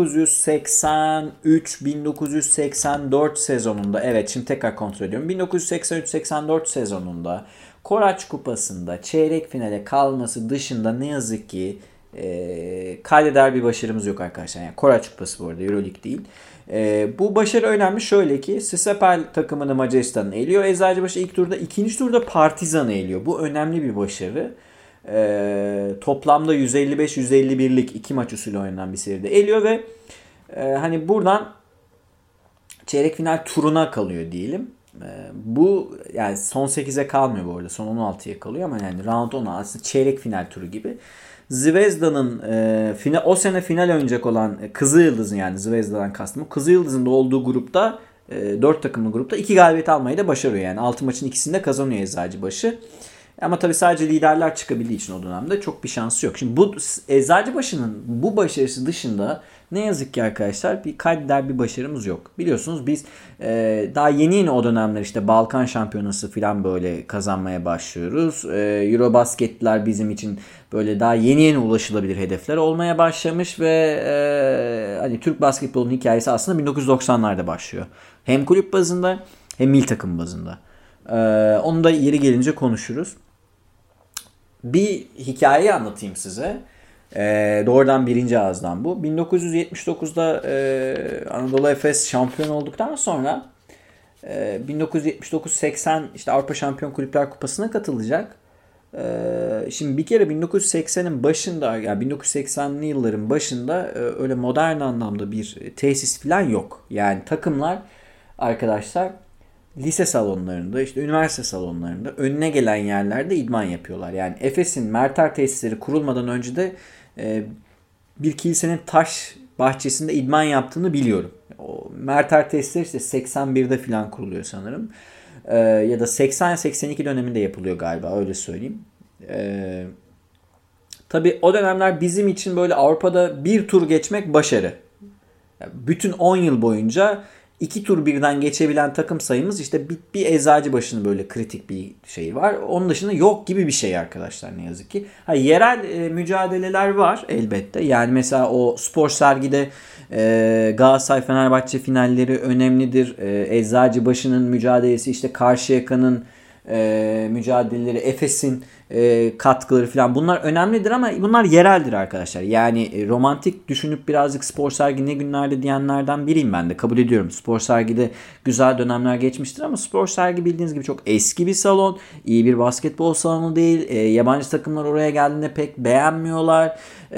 1983-1984 sezonunda, evet şimdi tekrar kontrol ediyorum. 1983-84 sezonunda Koraç Kupası'nda çeyrek finale kalması dışında ne yazık ki kaydeder bir başarımız yok arkadaşlar. Yani Koraç Kupası bu arada, Euroleague değil. Bu başarı önemli. Şöyle ki Sisapel takımını Macaristan'ı eliyor Eczacıbaşı ilk turda. İkinci turda Partizan'ı eliyor. Bu önemli bir başarı. Toplamda 155-151'lik 2 maç usulü oynanan bir seride eliyor ve hani buradan çeyrek final turuna kalıyor diyelim. Bu yani son 8'e kalmıyor bu arada. Son 16'ya kalıyor ama yani round 10 aslında çeyrek final turu gibi. Zvezda'nın o sene final oynayacak olan Kızılyıldız'ın, yani Zvezda'dan kastım, Kızılyıldız'ın da olduğu grupta 4 takımlı grupta 2 galibiyet almayı da başarıyor. Yani 6 maçın ikisini de kazanıyor Eczacıbaşı. Ama tabii sadece liderler çıkabildiği için o dönemde çok bir şansı yok. Şimdi bu Eczacıbaşı'nın bu başarısı dışında ne yazık ki arkadaşlar bir kaydeder bir başarımız yok. Biliyorsunuz biz daha yeni o dönemler işte Balkan Şampiyonası falan böyle kazanmaya başlıyoruz. Eurobasketler bizim için böyle daha yeni ulaşılabilir hedefler olmaya başlamış ve hani Türk basketbolunun hikayesi aslında 1990'larda başlıyor. Hem kulüp bazında hem milli takım bazında. Onu da yeri gelince konuşuruz. Bir hikayeyi anlatayım size. Doğrudan birinci ağızdan bu. 1979'da Anadolu Efes şampiyon olduktan sonra 1979-80 işte Avrupa Şampiyon Kulüpler Kupası'na katılacak. Şimdi bir kere 1980'in başında, yani 1980'li yılların başında öyle modern anlamda bir tesis falan yok. Yani takımlar arkadaşlar lise salonlarında, işte üniversite salonlarında, önüne gelen yerlerde idman yapıyorlar. Yani Efes'in Merter tesisleri kurulmadan önce de bir kilisenin taş bahçesinde idman yaptığını biliyorum. O Merter tesisleri işte 81'de falan kuruluyor sanırım. Ya da 80-82 döneminde yapılıyor galiba, öyle söyleyeyim. Tabii o dönemler bizim için böyle Avrupa'da bir tur geçmek başarı. Yani bütün 10 yıl boyunca 2 tur birden geçebilen takım sayımız işte bir Eczacıbaşı'nın böyle kritik bir şeyi var. Onun dışında yok gibi bir şey arkadaşlar, ne yazık ki. Yerel mücadeleler var elbette. Yani mesela o spor sergide Galatasaray Fenerbahçe finalleri önemlidir. Eczacıbaşı'nın mücadelesi, işte Karşıyaka'nın mücadeleleri, Efes'in katkıları falan, bunlar önemlidir ama bunlar yereldir arkadaşlar. Yani romantik düşünüp birazcık spor sergi ne günlerde diyenlerden biriyim ben de, kabul ediyorum. Spor sergide güzel dönemler geçmiştir ama spor sergi bildiğiniz gibi çok eski bir salon. İyi bir basketbol salonu değil. Yabancı takımlar oraya geldiğinde pek beğenmiyorlar.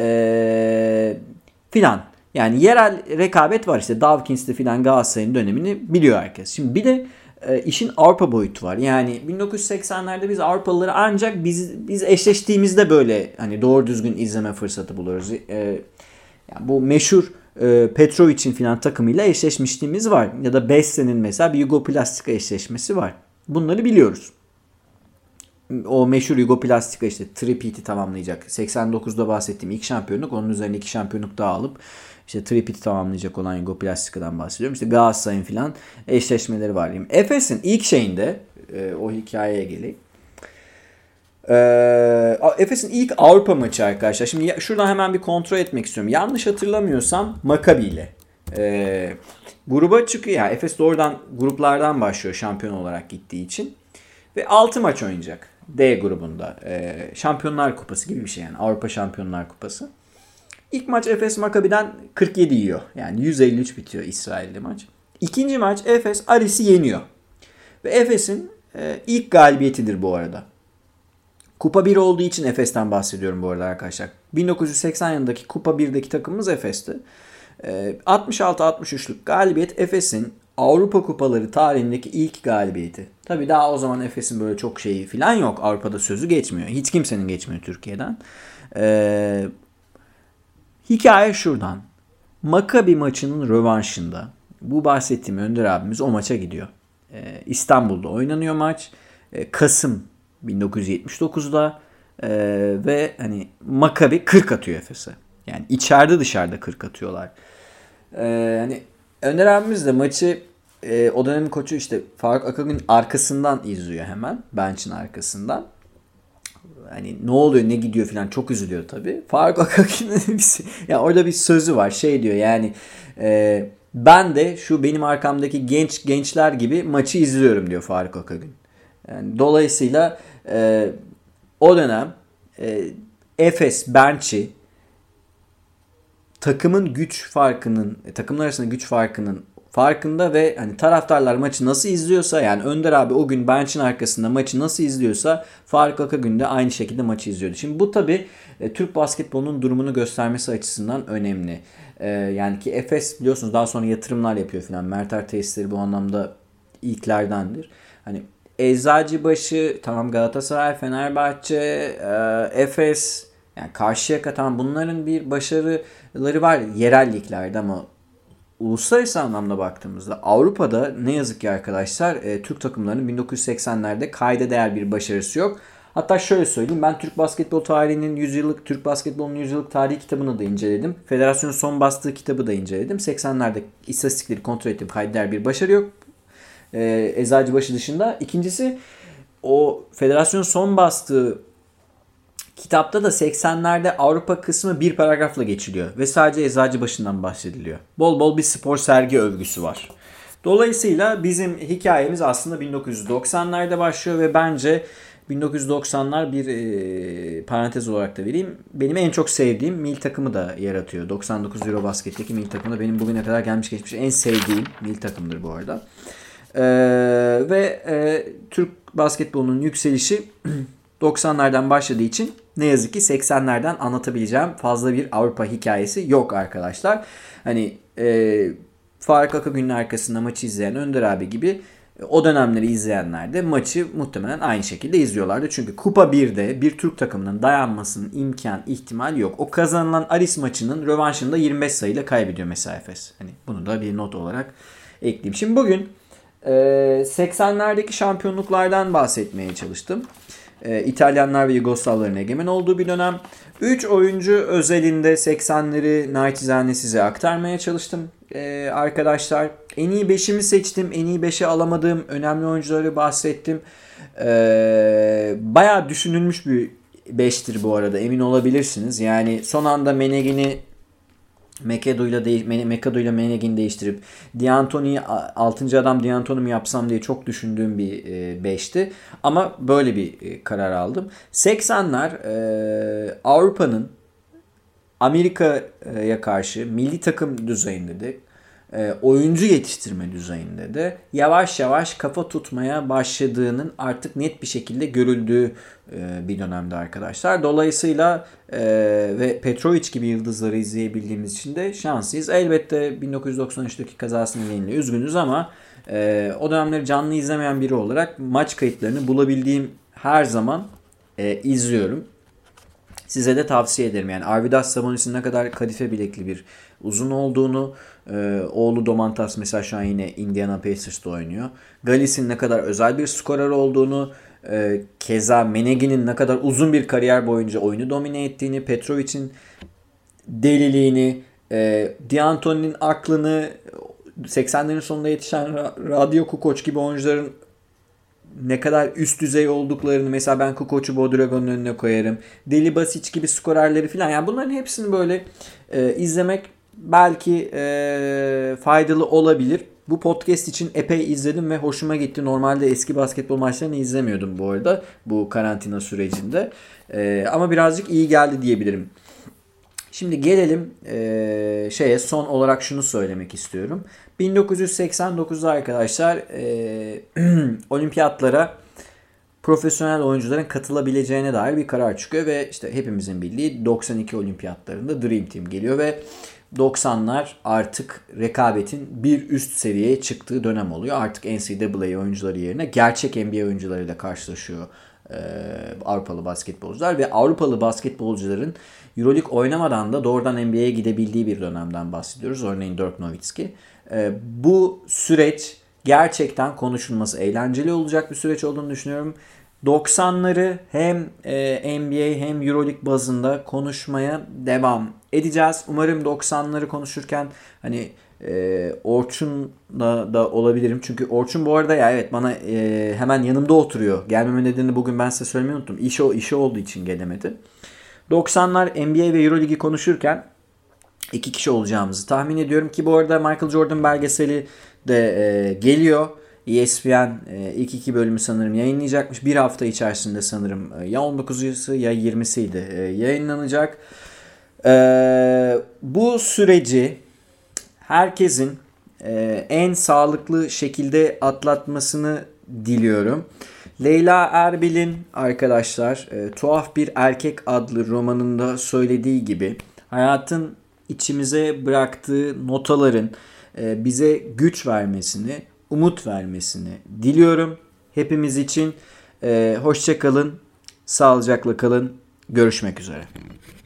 Filan. Yani yerel rekabet var, işte Dawkins'te filan Galatasaray'ın dönemini biliyor herkes. Şimdi bir de işin Avrupa boyutu var. Yani 1980'lerde biz Avrupalıları ancak biz eşleştiğimizde böyle hani doğru düzgün izleme fırsatı buluyoruz. Yani bu meşhur Petrovic'in filan takımıyla eşleşmişliğimiz var. Ya da Besse'nin mesela bir Yugoplastika eşleşmesi var. Bunları biliyoruz. O meşhur Yugoplastika işte three-peat'i tamamlayacak. 89'da bahsettiğim ilk şampiyonluk, onun üzerine 2 şampiyonluk daha alıp işte three-peat'i tamamlayacak olan Yugoplastika'dan bahsediyorum. İşte Galatasaray'ın filan eşleşmeleri var diyeyim. Efes'in ilk şeyinde o hikayeye geleyim. Efes'in ilk Avrupa maçı arkadaşlar. Şimdi şuradan hemen bir kontrol etmek istiyorum. Yanlış hatırlamıyorsam Maccabi ile gruba çıkıyor. Yani Efes doğrudan gruplardan başlıyor şampiyon olarak gittiği için. Ve 6 maç oynayacak D grubunda. Şampiyonlar Kupası gibi bir şey yani. Avrupa Şampiyonlar Kupası. İlk maç Efes Maccabi'den 47 yiyor. Yani 153 bitiyor İsrail'li maç. İkinci maç Efes Aris'i yeniyor. Ve Efes'in ilk galibiyetidir bu arada. Kupa 1 olduğu için Efes'ten bahsediyorum bu arada arkadaşlar. 1980 yılındaki Kupa 1'deki takımımız Efes'ti. 66-63'lük galibiyet Efes'in Avrupa Kupaları tarihindeki ilk galibiyeti. Tabii daha o zaman Efes'in böyle çok şeyi falan yok. Avrupa'da sözü geçmiyor. Hiç kimsenin geçmiyor Türkiye'den. Hikaye şuradan. Maccabi maçının rövanşında bu bahsettiğim Önder abimiz o maça gidiyor. İstanbul'da oynanıyor maç. Kasım 1979'da ve hani Maccabi 40 atıyor Efes'e. Yani içeride dışarıda 40 atıyorlar. Hani Önder abimiz de maçı o dönemin koçu işte Faruk Akagün arkasından izliyor hemen. Bench'in arkasından. Hani ne oluyor ne gidiyor falan çok üzülüyor tabii. Faruk Akagün'ün ya orada bir sözü var. Şey diyor yani ben de şu benim arkamdaki gençler gibi maçı izliyorum diyor Faruk Akagün. Yani dolayısıyla o dönem Efes bench'i takımın güç farkının, takımlar arasında güç farkının farkında ve hani taraftarlar maçı nasıl izliyorsa, yani Önder abi o gün bench'in arkasında maçı nasıl izliyorsa Faruk Akagün de aynı şekilde maçı izliyordu. Şimdi bu tabii Türk basketbolunun durumunu göstermesi açısından önemli. Yani ki Efes biliyorsunuz daha sonra yatırımlar yapıyor filan. Merter tesisleri bu anlamda ilklerdendir. Hani Eczacıbaşı, tamam, Galatasaray, Fenerbahçe, Efes, yani Karşıyaka, tamam, bunların bir başarıları var yerel liglerde ama uluslararası anlamda baktığımızda Avrupa'da ne yazık ki arkadaşlar Türk takımlarının 1980'lerde kayda değer bir başarısı yok. Hatta şöyle söyleyeyim, ben Türk basketbol tarihinin Türk basketbolunun yüzyıllık tarihi kitabını da inceledim. Federasyonun son bastığı kitabı da inceledim. 80'lerde istatistikleri kontrol ettim. Kayda değer bir başarı yok. Eczacıbaşı dışında. İkincisi, o federasyon son bastığı kitapta da 80'lerde Avrupa kısmı bir paragrafla geçiliyor. Ve sadece Eczacıbaşı'ndan bahsediliyor. Bol bol bir spor sergi övgüsü var. Dolayısıyla bizim hikayemiz aslında 1990'larda başlıyor ve bence 1990'lar bir parantez olarak da vereyim. Benim en çok sevdiğim milli takımı da yaratıyor. 99 Eurobasket'teki milli takımı da benim bugüne kadar gelmiş geçmiş en sevdiğim milli takımdır bu arada. Türk basketbolunun yükselişi 90'lardan başladığı için ne yazık ki 80'lerden anlatabileceğim fazla bir Avrupa hikayesi yok arkadaşlar. Hani Faruk Akagün'ün arkasında maçı izleyen Önder abi gibi o dönemleri izleyenler de maçı muhtemelen aynı şekilde izliyorlardı. Çünkü Kupa 1'de bir Türk takımının dayanmasının ihtimal yok. O kazanılan Aris maçının rövanşında 25 sayıyla kaybediyor mesela Efes. Hani bunu da bir not olarak ekleyeyim. Şimdi bugün 80'lerdeki şampiyonluklardan bahsetmeye çalıştım. İtalyanlar ve Yugoslavların egemen olduğu bir dönem. 3 oyuncu özelinde 80'leri naçizane size aktarmaya çalıştım arkadaşlar. En iyi 5'imi seçtim. En iyi 5'e alamadığım önemli oyuncuları bahsettim. Bayağı düşünülmüş bir 5'tir bu arada, emin olabilirsiniz. Yani son anda Mekado ile Menegin'i değiştirip D'Antoni'yi 6. adam D'Antoni mi yapsam diye çok düşündüğüm bir 5'ti. Ama böyle bir karar aldım. 80'ler Avrupa'nın Amerika'ya karşı milli takım düzeyinde de oyuncu yetiştirme düzeyinde de yavaş yavaş kafa tutmaya başladığının artık net bir şekilde görüldüğü bir dönemde arkadaşlar. Dolayısıyla ve Petrovic gibi yıldızları izleyebildiğimiz için de şanslıyız. Elbette 1993'teki kazasını nedeniyle üzgünüz ama o dönemleri canlı izlemeyen biri olarak maç kayıtlarını bulabildiğim her zaman izliyorum. Size de tavsiye ederim. Yani Arvydas Sabonis'in ne kadar kadife bilekli bir uzun olduğunu, oğlu Domantas mesela şu an yine Indiana Pacers'ta oynuyor. Galis'in ne kadar özel bir skorer olduğunu, keza Menegin'in ne kadar uzun bir kariyer boyunca oyunu domine ettiğini, Petrovic'in deliliğini, D'Antoni'nin aklını, 80'lerin sonunda yetişen Radyo Kukoc gibi oyuncuların ne kadar üst düzey olduklarını, mesela ben Kukoc'u Bodragon'un önüne koyarım. Deli Basic gibi skorerleri falan. Yani bunların hepsini böyle izlemek belki faydalı olabilir. Bu podcast için epey izledim ve hoşuma gitti. Normalde eski basketbol maçlarını izlemiyordum bu arada bu karantina sürecinde. Ama birazcık iyi geldi diyebilirim. Şimdi gelelim son olarak şunu söylemek istiyorum. 1989'da arkadaşlar olimpiyatlara profesyonel oyuncuların katılabileceğine dair bir karar çıkıyor ve işte hepimizin bildiği 92 olimpiyatlarında Dream Team geliyor ve 90'lar artık rekabetin bir üst seviyeye çıktığı dönem oluyor. Artık NCAA oyuncuları yerine gerçek NBA oyuncularıyla karşılaşıyor Avrupalı basketbolcular ve Avrupalı basketbolcuların EuroLeague oynamadan da doğrudan NBA'ye gidebildiği bir dönemden bahsediyoruz. Örneğin Dirk Nowitzki. Bu süreç gerçekten konuşulması eğlenceli olacak bir süreç olduğunu düşünüyorum. 90'ları hem NBA hem EuroLeague bazında konuşmaya devam edeceğiz. Umarım 90'ları konuşurken hani Orçun'la da olabilirim. Çünkü Orçun bu arada ya evet bana hemen yanımda oturuyor. Gelmeme nedenini bugün ben size söylemeyi unuttum. İşi olduğu için gelemedi. 90'lar NBA ve EuroLeague'i konuşurken 2 kişi olacağımızı tahmin ediyorum ki bu arada Michael Jordan belgeseli de geliyor. ESPN ilk 2 bölümü sanırım yayınlayacakmış. Bir hafta içerisinde sanırım ya 19'uysa ya 20'siydi yayınlanacak. Bu süreci herkesin en sağlıklı şekilde atlatmasını diliyorum. Leyla Erbil'in arkadaşlar Tuhaf Bir Erkek adlı romanında söylediği gibi hayatın içimize bıraktığı notaların bize güç vermesini, umut vermesini diliyorum. Hepimiz için hoşça kalın, sağlıcakla kalın, görüşmek üzere.